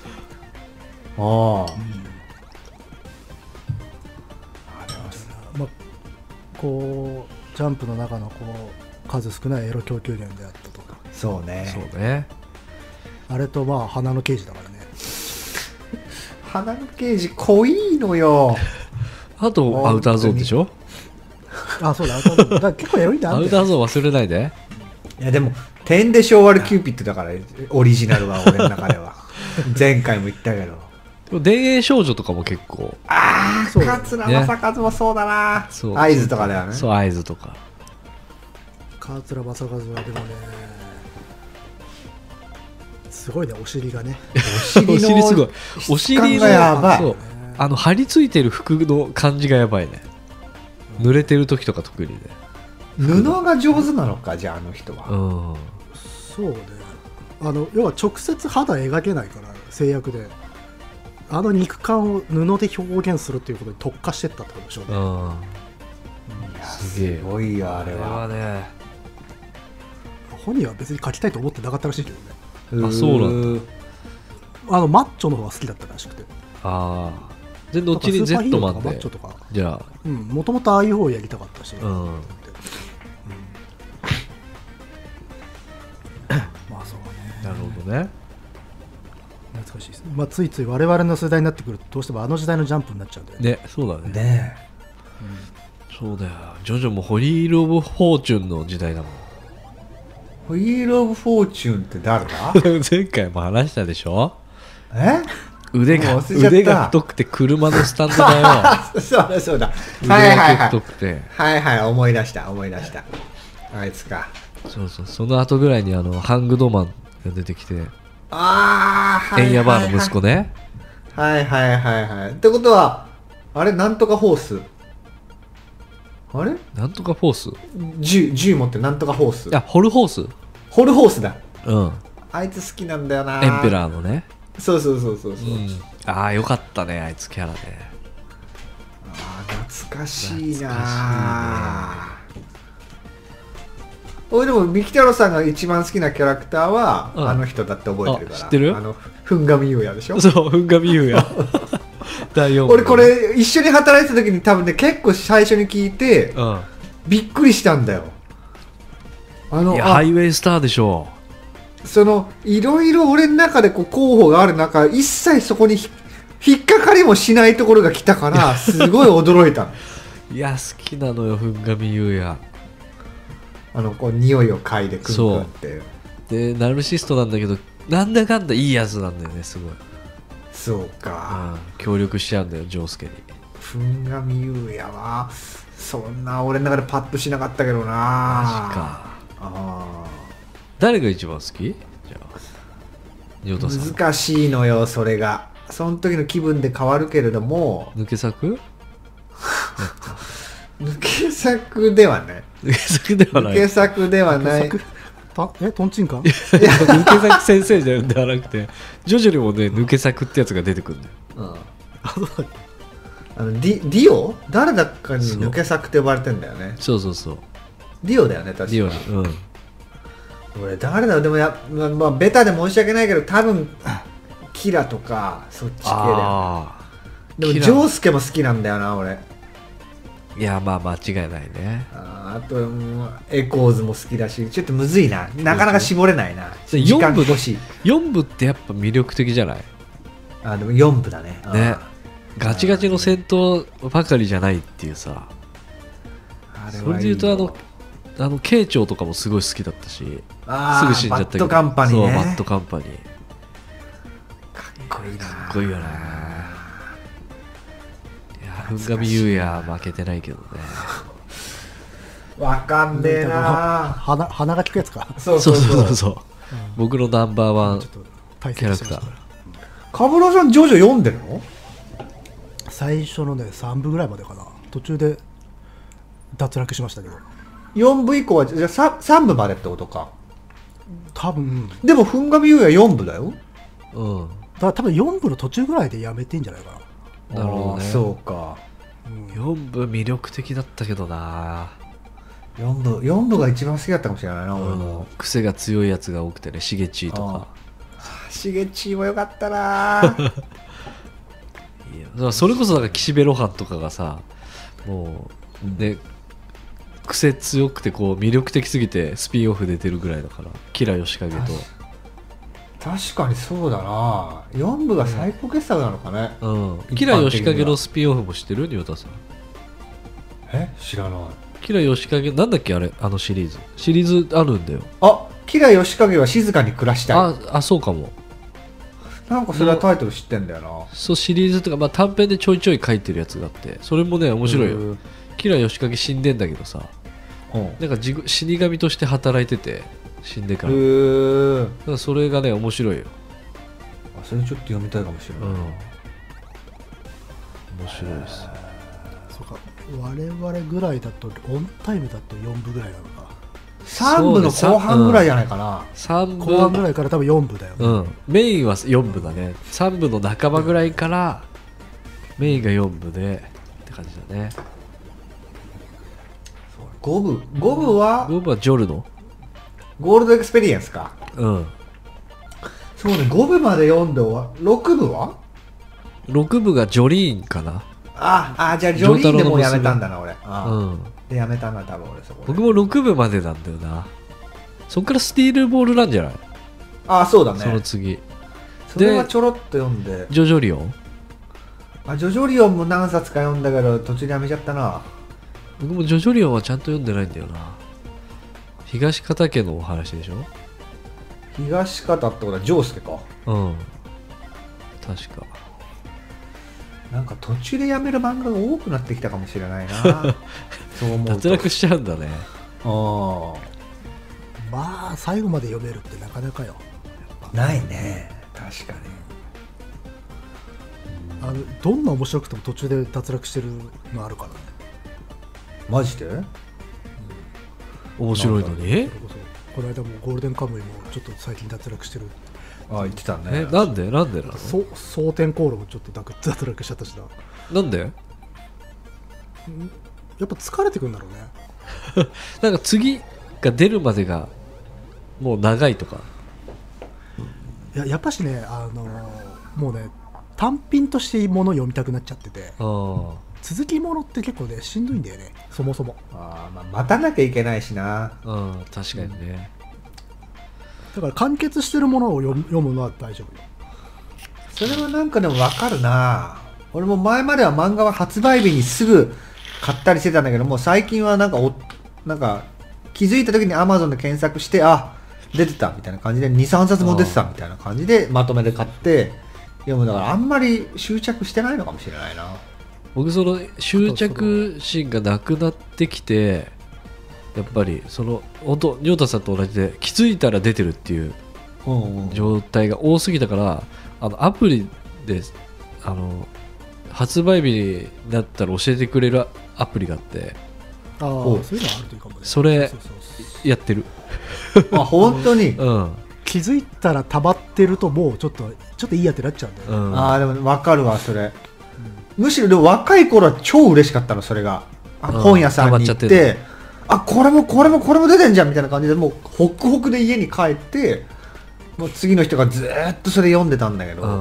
こうジャンプの中の数少ないエロ供給源であったとか。 そうね。 あれと花の刑事だからね。 花の刑事濃いのよ。 あとアウターゾーンでしょ。 そうだ、アウターゾーンだから結構エロいんだ。 アウターゾーン忘れないで。 いやでも点で昭和のキューピッドだからオリジナルは俺の中では。前回も言ったけど。 田園少女とかも結構。 桂正和もそうだな。合図とかだよね。 そう、合図とか。 桂正和はでもね、すごいね、お尻がね。 お尻すごい。お尻がやばい。張り付いてる服の感じがやばいね。濡れてる時とか特にね。 布が上手なのか、じゃああの人は。 そうね。要は直接肌描けないから、制約で。肉感を布で表現するっていうことに特化してったってことでしょうね。 すごいよ、あれはね。 本人は別に描きたいと思ってなかったらしいけどね。 そうなんだ。 マッチョの方が好きだったらしくて。 で後に Z マンで。じゃあもともとああいう方をやりたかったし。 そうね。 なるほどね。 懐かしいですね。まあ、ついつい我々の世代になってくるとどうしてもあの時代のジャンプになっちゃうんだよね。 ね、そうだね。 ねそうだよ。ジョジョもホリール・オブ・フォーチュンの時代だもん。 ホイール・オブ・フォーチュンって誰だ前回も話したでしょ。 え腕がもう忘れちゃった腕が太くて車のスタンドだよ。 そうだそうだ。 腕はいはいがはい。 太くて。 はいはい、思い出した。あいつか。 そうそう。その後ぐらいにハングドマンが出てきて、 ああ、はいはいはい。 エンヤバーの息子ね。 はいはいはいはい。ってことは、あれ、なんとかホース。あれなんとかフォース。 銃持ってなんとかホース。 あ、ホルホース。 ホルホースだ。 うん。 あいつ好きなんだよな。 エンペラーのね。 そうそうそうそう。 ああ、よかったね、あいつキャラね。 ああ、懐かしいな。俺でも三木太郎さんが一番好きなキャラクターは、あの人だって覚えてるから。 知ってる？ ふんがみゆうやでしょ。 そう、ふんがみゆうや。第4部。 俺これ一緒に働いてた時に多分ね、結構最初に聞いて、びっくりしたんだよ。 いや、ハイウェイスターでしょ。 いろいろ俺の中でこう候補がある中、一切そこに引っかかりもしないところが来たからすごい驚いたの。 いや、好きなのよ、ふんがみゆうや。 こう匂いを嗅いでくんくんっていう。 でナルシストなんだけど、なんだかんだいいやつなんだよね、すごい。 そうか、 協力しちゃうんだよ、ジョースケに。 ふんがみゆうやはそんな俺の中でパッとしなかったけどな。 マジか。誰が一番好き？じゃあヨタさん。 難しいのよ、それが。その時の気分で変わるけれども。 抜け作？ 抜け作ではない。 抜け作ではない。 抜け作ではない。 トンチンカン？ 抜け作先生じゃではなくて、ジョジョにもね、抜け作ってやつが出てくるんだよ。 ディオ誰だかに抜け作って呼ばれてんだよね。 そうそうそう。 ディオだよね、確かに。 ディオに。 俺誰だろう。でもまあベタで申し訳ないけど、多分キラとかそっち系だよ、ね。でもジョースケも好きなんだよな、俺。 いや、まあ間違いないね。 あとエコーズも好きだし、ちょっとむずいな。なかなか絞れないな。 時間欲しい。4部ってやっぱ魅力的じゃない？ でも4部だね。 ね。ガチガチの戦闘ばかりじゃないっていうさ。それで言うと慶長とかもすごい好きだったし、すぐ死んじゃったけど。 バッドカンパニーね。 そう、バッドカンパニー。 かっこいいな。 かっこいいよね。いや、ふんがみゆうや負けてないけどね。 わかんねえな。 鼻が利くやつか。 そうそうそう。僕のナンバーワンキャラクター。 カブラさんジョジョ読んでるの？ 最初のね3部ぐらいまでかな。途中で脱落しましたけど。 4部以降はじゃあ 3部までってことか。 多分。 でもふんがみゆうや4部だよ。 だから多分4部の途中ぐらいでやめてんじゃないかな。なるほどね。 そうか。 4部魅力的だったけどな。 4部が一番好きだったかもしれないな、俺も。 癖が強いやつが多くてね、しげちーとか。 しげちーもよかったな。 それこそだから岸辺露伴とかがさ、もうね、癖強くてこう魅力的すぎてスピンオフ出てるぐらいだから、キラヨシカゲと。 確かにそうだな。4部が最高傑作なのかね。 キラヨシカゲのスピンオフも知ってる？ニョタさん。 知らない。 キラヨシカゲなんだっけ、あれ、シリーズあるんだよ。 キラヨシカゲは静かに暮らしたい。 そうかも。 なんかそれはタイトル知ってんだよな。 そう、シリーズとか、まあ、短編でちょいちょい書いてるやつがあって、それもね面白いよ。キラヨシカゲ死んでんだけどさ、なんか死神として働いてて、死んでから。だからそれがね面白いよ。 それちょっと読みたいかもしれない。面白いです。 そうか、我々ぐらいだとオンタイムだと4部ぐらいなのか。 3部の後半ぐらいじゃないかな。 3部後半ぐらいから多分4部だよね。 メインは4部だね。3部の半ばぐらいからメインが4部でって感じだね。 5部はジョルノゴールドエクスペリエンスか。そうね、5部まで読んで6部は 6部がジョリーンかな。 じゃあジョリーンでもうやめたんだな俺。でやめたな多分俺そこ。 僕も6部までなんだよな。そっからスティールボールなんじゃない？ ああそうだね。 その次それはちょろっと読んで。 ジョジョリオン。 ジョジョリオンも何冊か読んだけど途中でやめちゃったな。 僕もジョジョリオンはちゃんと読んでないんだよな。東方家のお話でしょ。 東方ってことはジョウスケか。 うん、確か。 なんか途中でやめる漫画が多くなってきたかもしれないな。そう思うと脱落しちゃうんだね。 あまあ最後まで読めるってなかなかよ。 ないね、確かに。 どんな面白くても途中で脱落してるのあるからね。 マジで？ 面白いのに。 それこそこの間もゴールデンカムイもちょっと最近脱落してる。 言ってたね。 なんでなの？ 蒼天航路もちょっと脱落しちゃったしな。 なんで？ やっぱ疲れてくんだろうね。 なんか次が出るまでがもう長いとか。 やっぱしね、もうね単品としてものを読みたくなっちゃってて、続きものって結構ねしんどいんだよね、そもそも。 まあ、待たなきゃいけないしな。 確かにね。 だから完結してるものを読むのは大丈夫よ。 それはなんかでも分かるな。俺も前までは漫画は発売日にすぐ買ったりしてたんだけども、最近はなんか気づいた時に Amazon で検索して出てたみたいな感じで 2,3 冊も出てたみたいな感じでまとめて買って読む。だからあんまり執着してないのかもしれないな。 僕その執着心がなくなってきて、やっぱりその本当亮太さんと同じで気づいたら出てるっていう状態が多すぎたから、アプリで発売日になったら教えてくれるアプリがあって、 そういうのあるといいかもね。 それやってる。 本当に、 気づいたら溜まってるともうちょっといいやってなっちゃうんだよね。 でも分かるわそれ、むしろでも若い頃は超嬉しかったのそれが。本屋さんに行ってこれも出てんじゃんみたいな感じで、もうホクホクで家に帰ってもう次の人がずーっとそれ読んでたんだけど、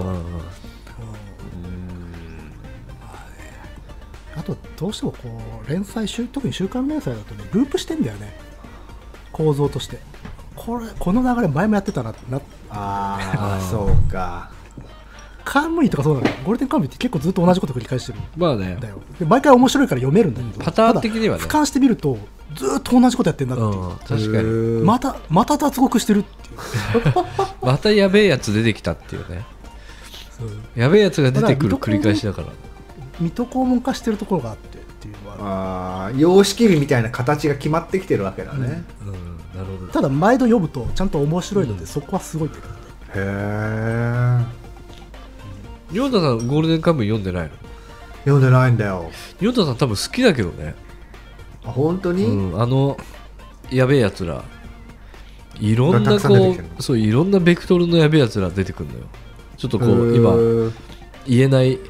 あとどうしてもこう連載特に週刊連載だとねループしてんだよね、構造として。この流れ前もやってたな。 そうか。 カムイとかそうなのよ。ゴールデンカムイって結構ずっと同じこと繰り返してるんね。 だよ。で毎回面白いから読めるんだけど、 パターン的にはね、 俯瞰してみるとずっと同じことやってんなっていう。 確かにまた脱獄してるっていうまたやべえやつ出てきたっていうね。やべえやつが出てくる繰り返しだから。 水戸黄門化してるところがあってっていうのは様式美みたいな形が決まってきてるわけだね。 なるほど。ただ毎度読むとちゃんと面白いので、そこはすごいって感じ。 へえ。 ヨ太さんゴールデンカムイ読んでないの？ 読んでないんだよ。 ヨ太さん多分好きだけどね。 本当に？ やべえやつらいろんなそういろんなベクトルのやべえやつら出てくるのよ。ちょっとこう今言えない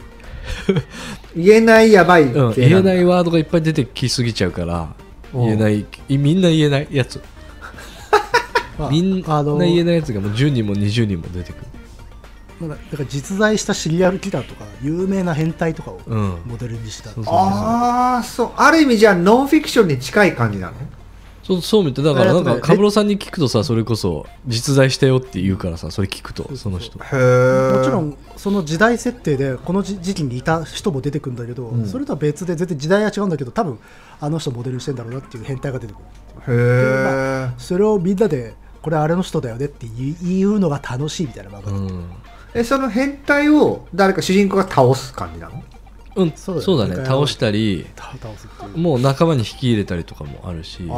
やばい、 言えないワードがいっぱい出てきすぎちゃうからみんな言えないやつみんな言えないやつがもう10人も20人も出てくる。 だから実在したシリアルキラーとか有名な変態とかをモデルにした、 そうある意味じゃあノンフィクションに近い感じなの？ そうみたいだからなんかカブロさんに聞くとさ、それこそ実在したよって言うからさ、それ聞くとその人もちろんその時代設定でこの時期にいた人も出てくるんだけど、それとは別で全然時代は違うんだけど、多分あの人モデルにしてんだろうなっていう変態が出てくる。それをみんなでこれあれの人だよねって言うのが楽しいみたいな漫画だった。 その変態を誰か主人公が倒す感じなの？ そうだね。倒したりもう仲間に引き入れたりとかもあるし。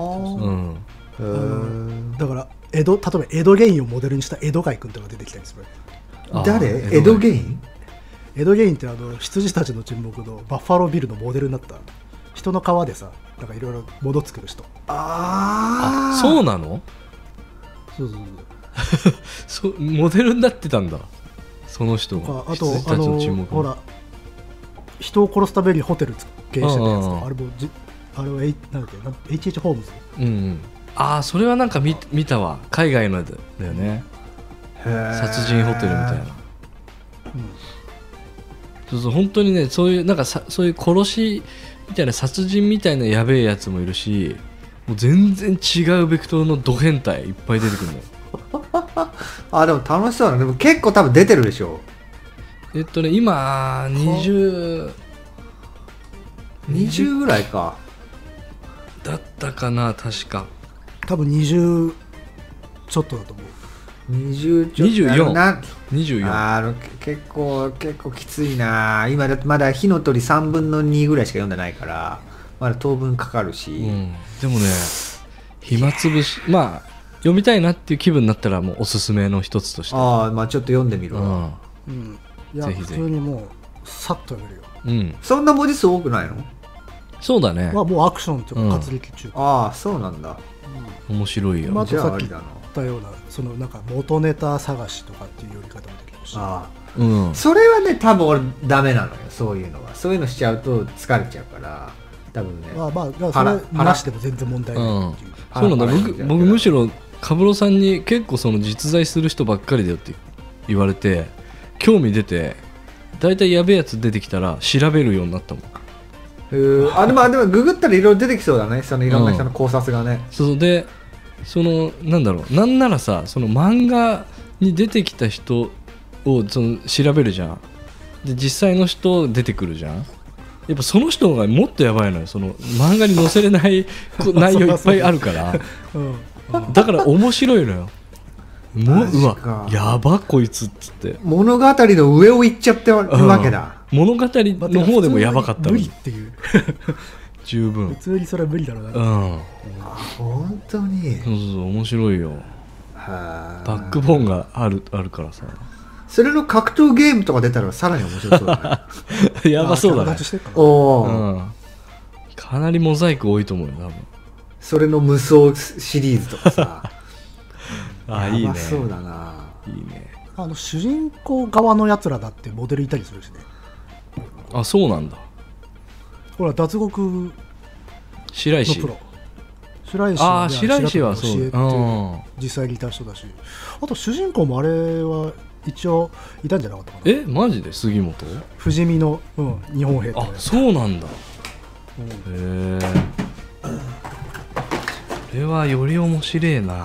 だから例えば江戸ゲインをモデルにした江戸貝君とか出てきたりする。 誰？江戸ゲイン？ 江戸ゲインって羊たちの沈黙のバッファロービルのモデルになった人の皮でさ、なんかいろいろ物作る人。 そうなの？ そうモデルになってたんだその人が。 あとほら人を殺すためにホテル経営してたやつと、あれはなんだっけ、H.H. ホームズ。 それはなんか見たわ。海外のやつだよね。殺人ホテルみたいな。本当にね、そういうなんかそういう殺しみたいな殺人みたいなやべえやつもいるし、もう全然違うベクトルのド変態いっぱい出てくるのよ。 あ、でも楽しそうだね。でも結構多分出てるでしょ。 今 20ぐらいか。 だったかな、確か。 多分20ちょっとだと思う。 20ちょっと 24 結構きついな。今だってまだ火の鳥3分の2ぐらいしか読んでないから、まだ当分かかるし、 でもね、暇つぶし、まあ読みたいなっていう気分になったらもうおすすめの一つとして、 まあちょっと読んでみるわ。 いや、 ぜひぜひ普通にもうさっと読めるよ。 そんな文字数多くないの？ そうだね。 まあもうアクションとか活力中。 そうなんだ。 面白いよ。 あとさっき言ったようなそのなんか元ネタ探しとかっていう読み方もできるし。 それはね多分俺ダメなのよ。そういうのは。そういうのしちゃうと疲れちゃうから多分ね。 まあそれなしでも全然問題ないっていう。 そうなんだ。僕むしろカブロさんに結構その実在する人ばっかりだよって言われて興味出て、だいたいやべえやつ出てきたら調べるようになったもん。 でもググったらいろいろ出てきそうだね。そのいろんな人の考察がね。 そうで、なんだろう、なんならさ、その漫画に出てきた人を調べるじゃん。で実際の人出てくるじゃん。やっぱその人がもっとやばいのよ。その漫画に載せれない内容いっぱいあるからだから面白いのよ。うわやばこいつっつって物語の上を行っちゃってるわけだ。 物語の方でもやばかったのに。 無理っていう十分普通にそれは無理だろうな。 本当に。 そう面白いよ。バックボーンがあるからさ。 それの格闘ゲームとか出たらさらに面白そうだねやばそうだね。かなりモザイク多いと思うよ多分。 それの無双シリーズとかさいいね。 そうだな。 いいね。 主人公側のやつらだってモデルいたりするしね。 そうなんだ。 ほら脱獄白石のプロ。 白石はそう実際にいた人だし、あと主人公もあれは一応いたんじゃなかったかな。 マジで杉本不死身の、日本兵って。 そうなんだ。へえ。これはより面白いな。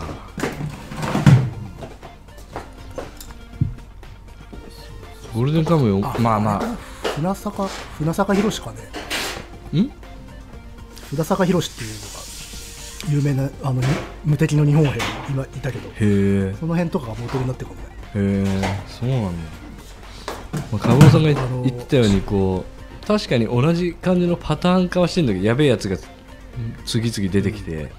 ゴールデンカムイまあ船坂宏かね。船坂宏っていうのが有名な無敵の日本兵今いたけど、その辺とかが元になってるかもね。 そうなんだ。カブロさんが言ってたように確かに同じ感じのパターン化はしてるんだけど、やべえやつが次々出てきて、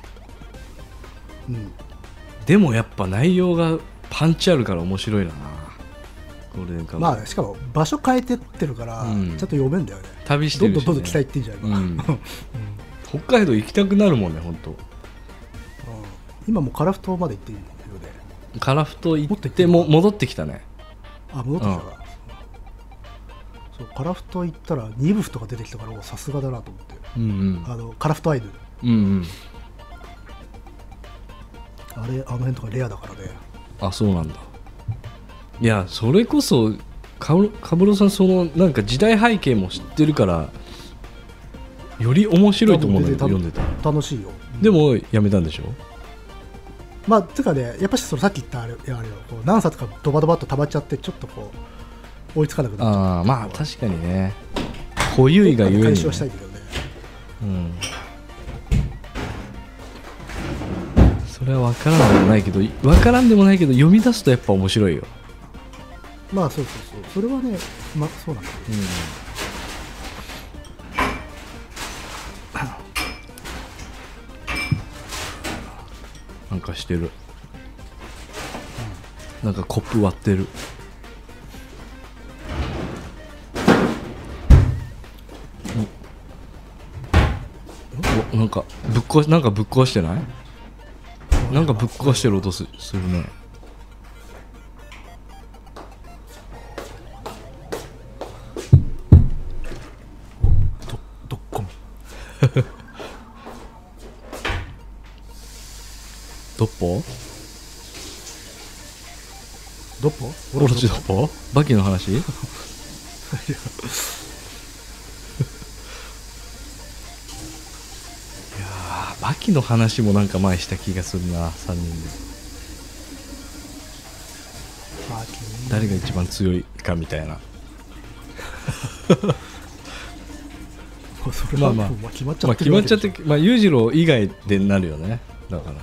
でもやっぱ内容がパンチあるから面白いな。ゴールデンカムイ。 しかも場所変えてってるから、ちゃんと読めんだよね。 旅してるしね。 どんどん北行ってんじゃん。 北海道行きたくなるもんね、本当。 今もう樺太まで行ってるよね。 樺太行っても戻ってきたね。 戻ってきたか。そう、樺太行ったら2部とか出てきたからさすがだなと思って。樺太アイドル。あの辺とかレアだからね。 そうなんだ。いや、それこそカブロさんなんか時代背景も知ってるからより面白いと思うんだけど、読んでたら楽しいよ。 でもやめたんでしょ。 てかね、やっぱりさっき言ったあれよ、何冊かドバドバっと溜まっちゃってちょっと追いつかなくなっちゃう。 確かにね、固有意がゆえに、 回収はしたいけどね。 それは分からんでもないけど読み出すとやっぱ面白いよ。 そうそれはね、そうなんだけど、 なんかしてる、なんかコップ割ってる。なんかぶっ壊してない？なんかぶっ壊してる音するね。 どっこんドッポ？ ドッポ？ オロチドッポ？バキの話？いやバキの話もなんか前した気がするな、3人で。 誰が一番強いかみたいな。 それはもう決まっちゃってる、 まあ決まっちゃって、まあ裕次郎以外でなるよね。だから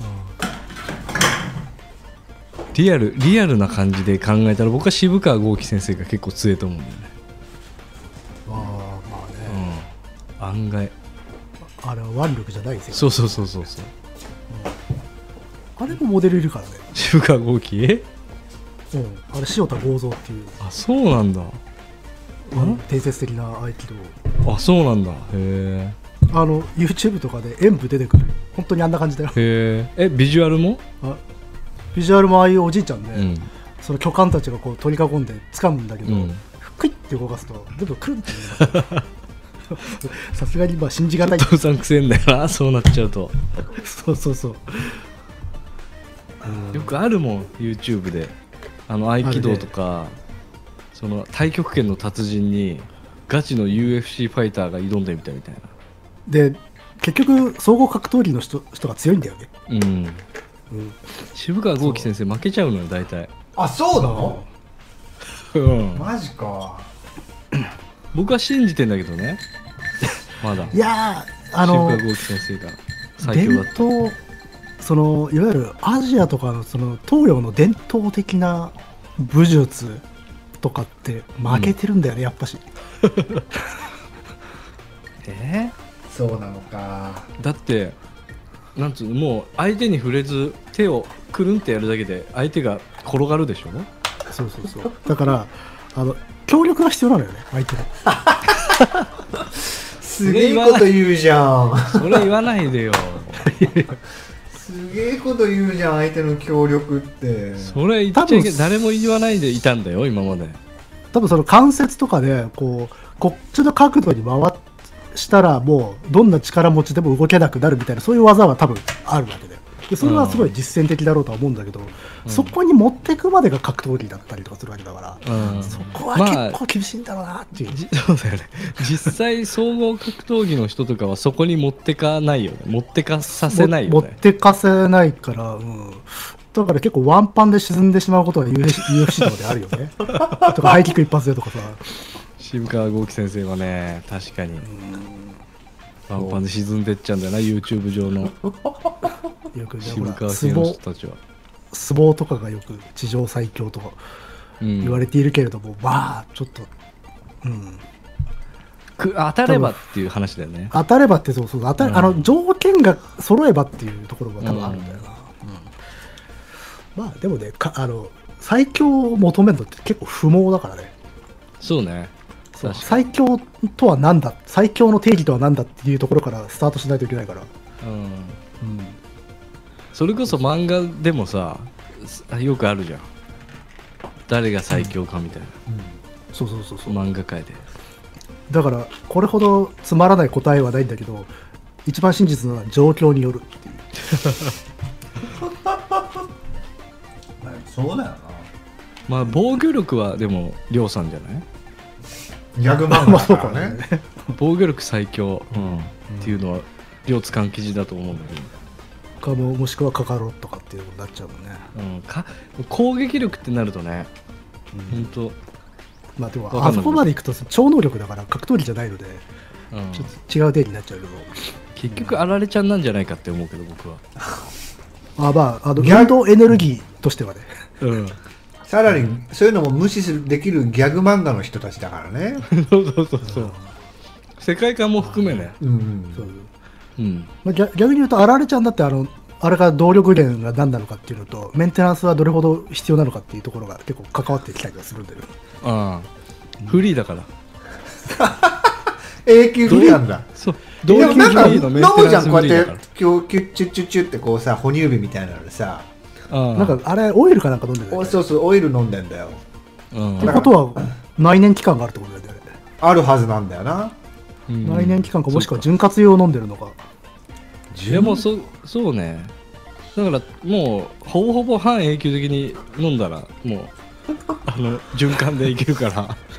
リアルな感じで考えたら僕は渋川豪樹先生が結構強いと思うんだよね。 まあね、 案外あれは腕力じゃないですよ。 そう、 あれもモデルいるからね。 渋川豪樹、 あれ塩田剛三っていう、 あ、そうなんだ。 伝説的な合気道。 あ、そうなんだ。へえ。 YouTube とかで演舞出てくる、本当にあんな感じだよ。 へえ。ビジュアルも？ ビジュアルもああいうおじいちゃんで、その巨漢たちがこう取り囲んで掴むんだけど、クイッて動かすと全部クルンってさすがにまあ信じがたい。 父さんくせえんだよな、そうなっちゃうと。 そう。 よくあるもん YouTube で合気道とか、その太極拳の達人にガチの UFC ファイターが挑んでみたみたいな。 で結局総合格闘技の人が強いんだよね。 渋川豪樹先生負けちゃうのよ大体。 あ、そうなの？マジか。 僕は信じてんだけどね。まだ。 いや渋川豪樹先生が最強だった。 いわゆるアジアとかのその東洋の伝統的な武術とかって負けてるんだよね、やっぱし。 そうなのか。 だってなんつうの、もう相手に触れず手をくるんってやるだけで相手が転がるでしょ。 そうだから協力が必要なのよね、相手の。 すげえこと言うじゃん。 それ言わないでよ。 すげえこと言うじゃん、相手の協力って。 それ言っちゃいけない。誰も言わないでいたんだよ今まで。 多分その関節とかでこっちの角度に回したらもうどんな力持ちでも動けなくなるみたいな、そういう技は多分あるわけで、それはすごい実践的だろうとは思うんだけど、そこに持っていくまでが格闘技だったりとかするわけだから、そこは結構厳しいんだろうなっていう、 そうだよね。実際総合格闘技の人とかはそこに持ってかないよね。持ってかさせないよね。 持ってかせないから、だから結構ワンパンで沈んでしまうことは UFC とかであるよね。とかハイキック一発でとかさ。 渋川豪樹先生はね、確かにワンパンで沈んでっちゃうんだよな、 YouTube 上のよく渋川系の人たちは。 相撲とかがよく地上最強とか言われているけれども、まあちょっと当たればっていう話だよね。 当たればってそう条件が揃えばっていうところが多分あるんだよな。まあでもね、最強を求めるのって結構不毛だからね。 そうね。 最強とは何だ、最強の定義とは何だっていうところからスタートしないといけないから。 それこそ漫画でもさ、よくあるじゃん、誰が最強かみたいな。 そう漫画界で。 だからこれほどつまらない答えはないんだけど、一番真実なのは状況によるっていう。 そうだよな。 まあ防御力はでも亮さんじゃない？ ギャグ漫画だからね。 防御力最強、っていうのは両津勘記事だと思うんだけど、 もしくはカカロットかっていうことになっちゃうもんね。 攻撃力ってなるとね、本当。 まあでもあそこまでいくと超能力だから格闘技じゃないので、ちょっと違う定義になっちゃうけど、 結局あられちゃんなんじゃないかって思うけど僕は。 運動エネルギーとしてはね。 さらにそういうのも無視できるギャグ漫画の人たちだからね。 そう世界観も含めね。 逆に言うとあられちゃんだってあれが動力源が何なのかっていうのと、メンテナンスはどれほど必要なのかっていうところが結構関わってきたりはするんだよね。 フリーだから。 永久フリーなんだ。 そう動力源のメンテナンスフリーだから。飲むじゃん、こうやってキュッチュッチュッチュってこうさ、哺乳瓶みたいなのでさ、 なんかあれオイルかなんか飲んでるんだよね。 そうオイル飲んでんだよ。 ってことは内燃期間があるってことだよね。 あるはずなんだよな。 内燃期間か、もしくは潤滑用を飲んでるのか。 でもそうね。だからもうほぼほぼ半永久的に飲んだらもう循環でいけるから。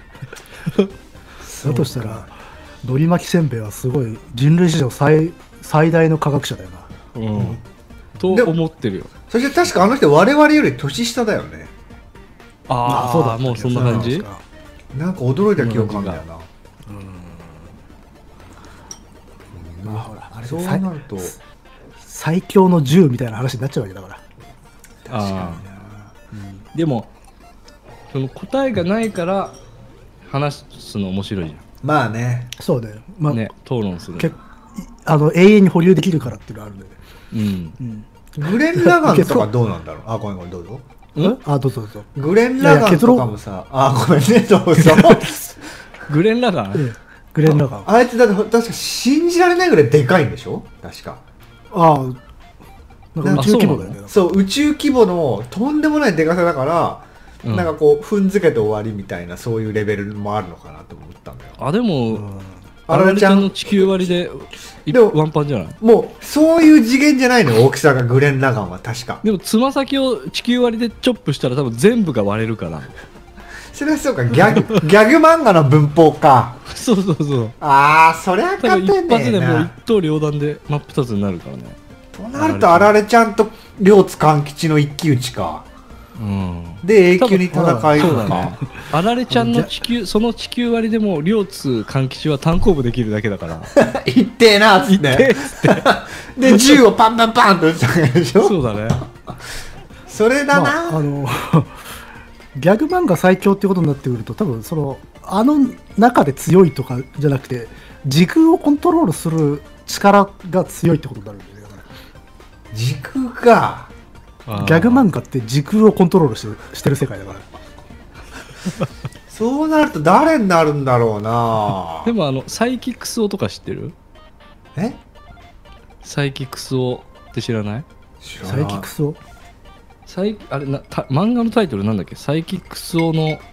だとしたらのり巻きせんべいはすごい人類史上最大の科学者だよな。 と思ってるよ。 そして確かあの人我々より年下だよね。 ああ、そうだ、もうそんな感じ。 なんか驚いた記憶あるんだよな。 まあほらあれそうなると最強の銃みたいな話になっちゃうわけだから。 確かにな。 でもその答えがないから話すの面白いじまあね。 そうね。まあゃんね、討論する永遠に保留できるからっていうのがあるんでね。 グレン・ラガンとかどうなんだろう。あ、ごめんごめん、どうぞ。 あ、どうぞどうぞ。 グレン・ラガンとかもさ、あ、ごめんね、どうぞ。 グレン・ラガン、 グレン・ラガン。 あいつだって確か信じられないぐらいでかいんでしょ確か。 ああ、なんか宇宙規模だよね。 そう、宇宙規模のとんでもないでかさだから、なんかこう踏んづけて終わりみたいな、そういうレベルもあるのかなと思ったんだよ。 あ、でもあられちゃんの地球割りでワンパンじゃない。 もうそういう次元じゃないのよ、大きさが。グレン・ラガンは確か。 でもつま先を地球割りでチョップしたら多分全部が割れるから。 それはそうか、ギャグ漫画の文法か。 そうそうそう。 ああ、そりゃ勝てねえな。 一発でもう一刀両断で真っ二つになるからね。 となるとあられちゃんと両津勘吉の一騎打ちか。で永久に戦いそうだね。あられちゃんの地球、その地球割りでも両津勘吉は単行部できるだけだから。 いってえなっつって。で銃をパンパンパンと撃つわけでしょ。 そうだね。 それだな。 ギャグ漫画最強ってことになってくると、多分中で強いとかじゃなくて、時空をコントロールする力が強いってことになるんだよね。 時空か。 ギャグ漫画って時空をコントロールしてる世界だからそうなると誰になるんだろうな。 でもサイキックスオとか知ってる？サイキックスオって知らない？ サイキックスオ？ あれ漫画のタイトルなんだっけ？サイキックスオの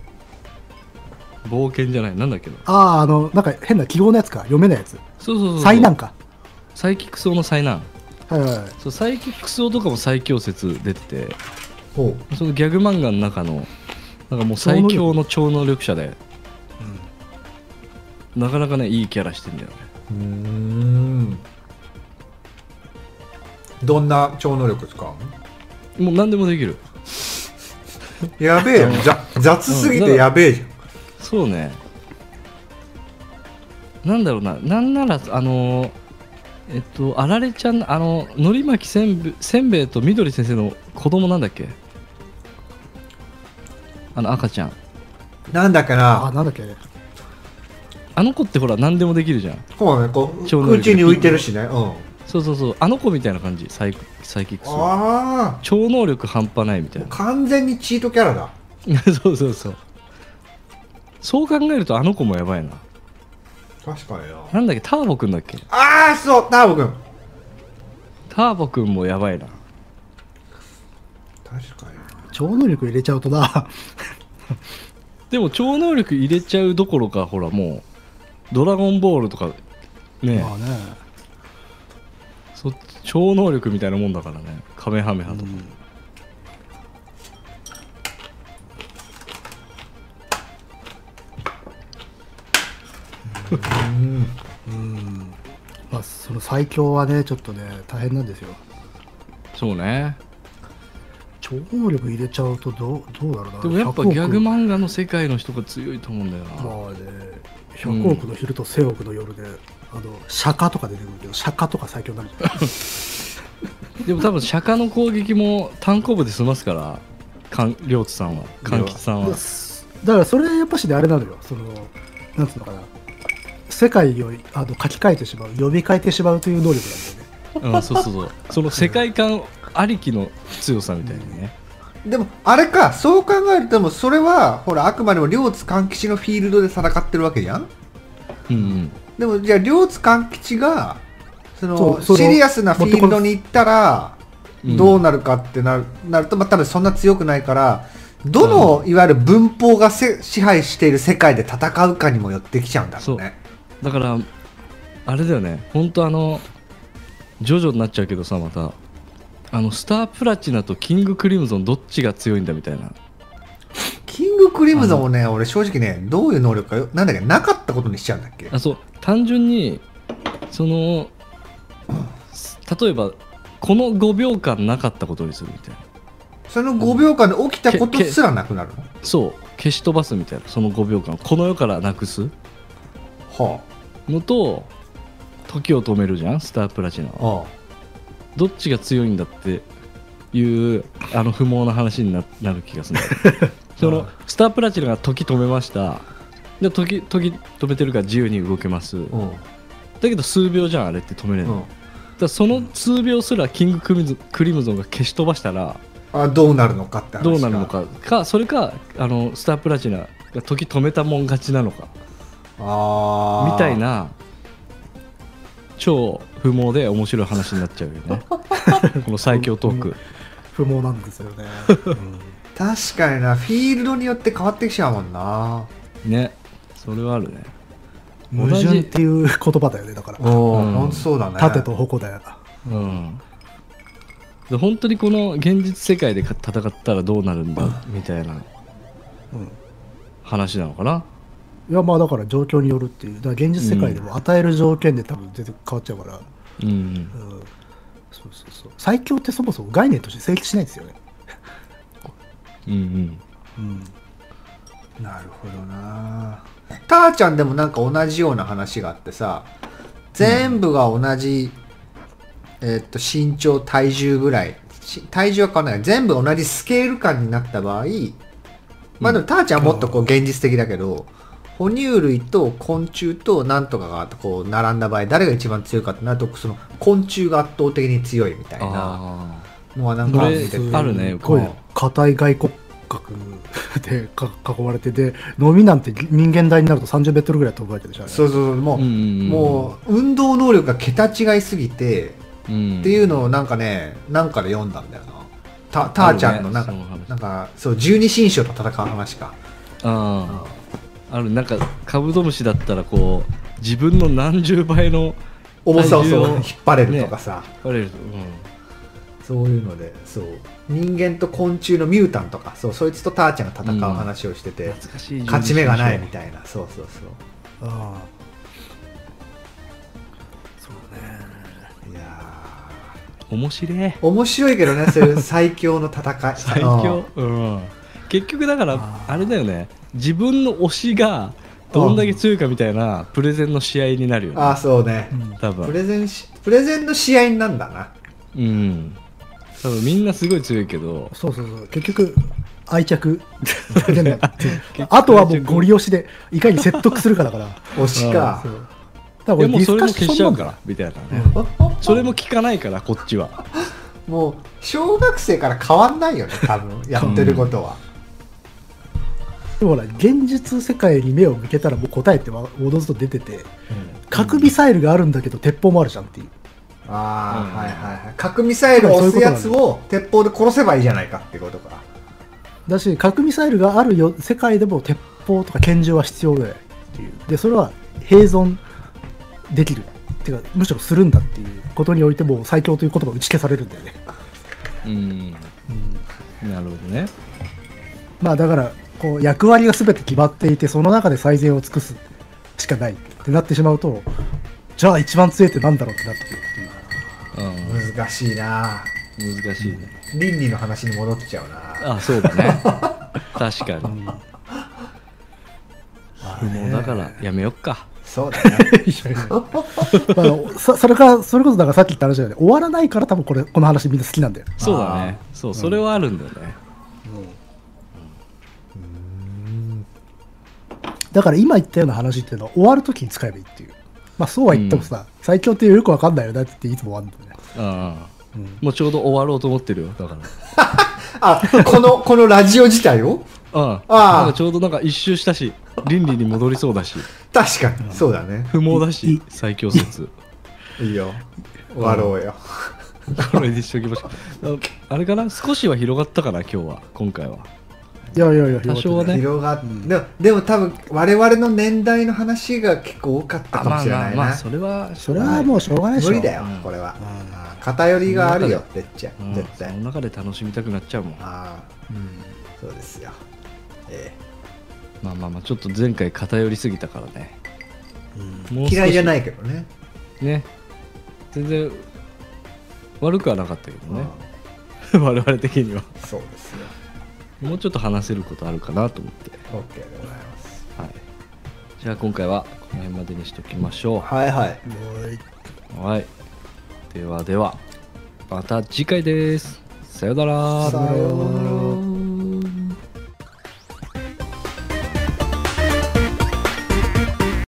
冒険じゃない、なんだっけな。 なんか変な記号のやつか、読めないやつ。 そう災難か。 サイキックスオの災難。 はいはい。 そう、サイキックスオとかも最強説出てて、そのギャグ漫画の中のなんかもう最強の超能力者で、なかなかねいいキャラしてんだよね。 どんな超能力ですか？ もう何でもできる。 やべえよ。雑すぎてやべえじゃん。 そうね。なんだろうな、なんならあられちゃん、のり巻きせんべいとみどり先生の子供なんだっけ？赤ちゃん。 なんだっけな。 なんだっけ。 あの子ってほら何でもできるじゃん。 そうね、こう空中に浮いてるしね。 そうそうそう、あの子みたいな感じ。サイキックス。超能力半端ないみたいな。 完全にチートキャラだ。 そうそうそう。そう考えるとあの子もやばいな。 確かにな。 なんだっけ、ターボくんだっけ？ そう、ターボくん。 ターボくんもやばいな。 確かに。 超能力入れちゃうとな。 でも超能力入れちゃうどころか、ほらもうドラゴンボールとかね。 まあね。 超能力みたいなもんだからね。カメハメハとか。 まあその最強はねちょっとね大変なんですよ。 そうね。 超能力入れちゃうとどうだろうな。 でもやっぱギャグ漫画の世界の人が強いと思うんだよな。 まあね、100億の昼と1000億の夜で、釈迦とか出てくるけど、釈迦とか最強になるじゃん。 でも多分釈迦の攻撃も単行部で済ますから、両津さんは、柑橘さんは。 だからそれやっぱしねあれなのよ。なんつうのかな。世界を書き換えてしまう、呼び換えてしまうという能力なんだよね。 そうそうそう。その世界観ありきの強さみたいにね。 でもあれか、そう考えるともそれはほらあくまでも両津勘吉のフィールドで戦ってるわけじゃん。でもじゃあ両津勘吉がシリアスなフィールドに行ったらどうなるかってなると、多分そんな強くないから、どのいわゆる文法が支配している世界で戦うかにもよってきちゃうんだろうね。 だからあれだよね、本当ジョジョになっちゃうけどさ、またスタープラチナとキングクリムゾンどっちが強いんだみたいな。 キングクリムゾンもね、俺正直ね、どういう能力かなんだっけ、なかったことにしちゃうんだっけ。 そう、単純に例えばこの5秒間なかったことにするみたいな。 その5秒間で起きたことすらなくなるの？ そう消し飛ばすみたいな、その5秒間この世からなくすはのと時を止めるじゃんスタープラチナは。 あ。あどっちが強いんだっていう不毛な話になる気がするんだよそのスタープラチナが時止めました。で時止めてるから自由に動けます。 あ。うんだけど数秒じゃんあれって止めれるの、 うんだからその数秒すらキングクリムゾンが消し飛ばしたらどうなるのかって話どうなるのかそれかスタープラチナが時止めたもん勝ちなのかみたいな超不毛で面白い話になっちゃうよねこの最強トーク不毛なんですよね、 確かにな、フィールドによって変わってきちゃうもんな。 ね。それはあるね。 矛盾っていう言葉だよね。だから本当そうだね。 盾と矛だよ。 で本当にこの現実世界で戦ったらどうなるんだみたいな話なのかな。 いやまあだから状況によるっていう。だから現実世界でも与える条件で多分全然変わっちゃうから。そう最強ってそもそも概念として成立しないんですよね。 なるほどな。ターちゃんでもなんか同じような話があってさ、全部が同じ、身長体重ぐらい、体重は変わらない、全部同じスケール感になった場合、まあでもターちゃんはもっとこう現実的だけど、哺乳類と昆虫となんとかがこう並んだ場合誰が一番強いかってなると、その昆虫が圧倒的に強いみたいなのはなんかあるね。 すごい硬い外骨格で囲まれてて、飲みなんて人間大になると30メートルぐらい飛ぶわけでしょ。 そうもう運動能力が桁違いすぎて、っていうのをなんかね、なんかで読んだんだよな。ターちゃんのなんかそう十二神将と戦う話か。 ある。なんかカブトムシだったらこう自分の何十倍の重さを引っ張れるとかさ、 引っ張れる、 そういうので、そう人間と昆虫のミュータンとか、そいつとターちゃんが戦う話をしてて、勝ち目がないみたいな。そうね。いや面白いけどね、そういう最強の戦い最強、結局だからあれだよね、自分の推しがどんだけ強いかみたいなプレゼンの試合になるよね。 そうね、 多分プレゼンの試合になんだな。 多分みんなすごい強いけど、 そう結局愛着あとはもうゴリ押しでいかに説得するかだから。 推しか。 でもそれも消しちゃうからみたいなね。それも聞かないからこっちは。 もう小学生から変わんないよね、多分やってることは。 でもほら現実世界に目を向けたらもう答えっておのずと出てて、核ミサイルがあるんだけど鉄砲もあるじゃんっていう。 核ミサイルを押すやつを鉄砲で殺せばいいじゃないかっていうことか。 だし核ミサイルがあるよ世界でも鉄砲とか拳銃は必要だよっていう。でそれは併存できるっていうか、むしろするんだっていうことにおいても最強という言葉が打ち消されるんだよね。 なるほどね。 まあだからこう役割が全て決まっていて、その中で最善を尽くすしかないってなってしまうと、じゃあ一番強いってなんだろうってなってくるっていう。 難しいな。 難しいね。 倫理の話に戻っちゃうな。 そうだね。確かに。もうだからやめよっか。 そうだね。 それこそだからさっき言った話だよね。終わらないから多分この話みんな好きなんだよ。 そうだね。それはあるんだよね。 だから今言ったような話っていうのは終わるときに使えばいいっていう。まあそうは言ってもさ、最強ってよくわかんないよなっていつも終わるんだよね。 もうちょうど終わろうと思ってるよ。だからこのラジオ自体をなんかちょうどなんか一周したし、倫理に戻りそうだし、 確かにそうだね。 不毛だし、最強説いいよ、終わろうよ。 これにしときましょう。あれかな、少しは広がったかな、今回は。 いや多少はね広がって、でも多分我々の年代の話が結構多かったかもしれないな。 それはもうしょうがないでしょ。 無理だよ、これは。偏りがあるよ、絶対。 その中で楽しみたくなっちゃうもん。 そうですよ。 まあちょっと前回偏りすぎたからね。 嫌いじゃないけどね。 ね、全然悪くはなかったけどね。 我々的にはそうですよ。 もうちょっと話せることあるかなと思って。 OK でございます。 はい、じゃあ今回はこの辺までにしておきましょう。 はいはい。 はい、ではではまた次回です。さよなら。 さようなら。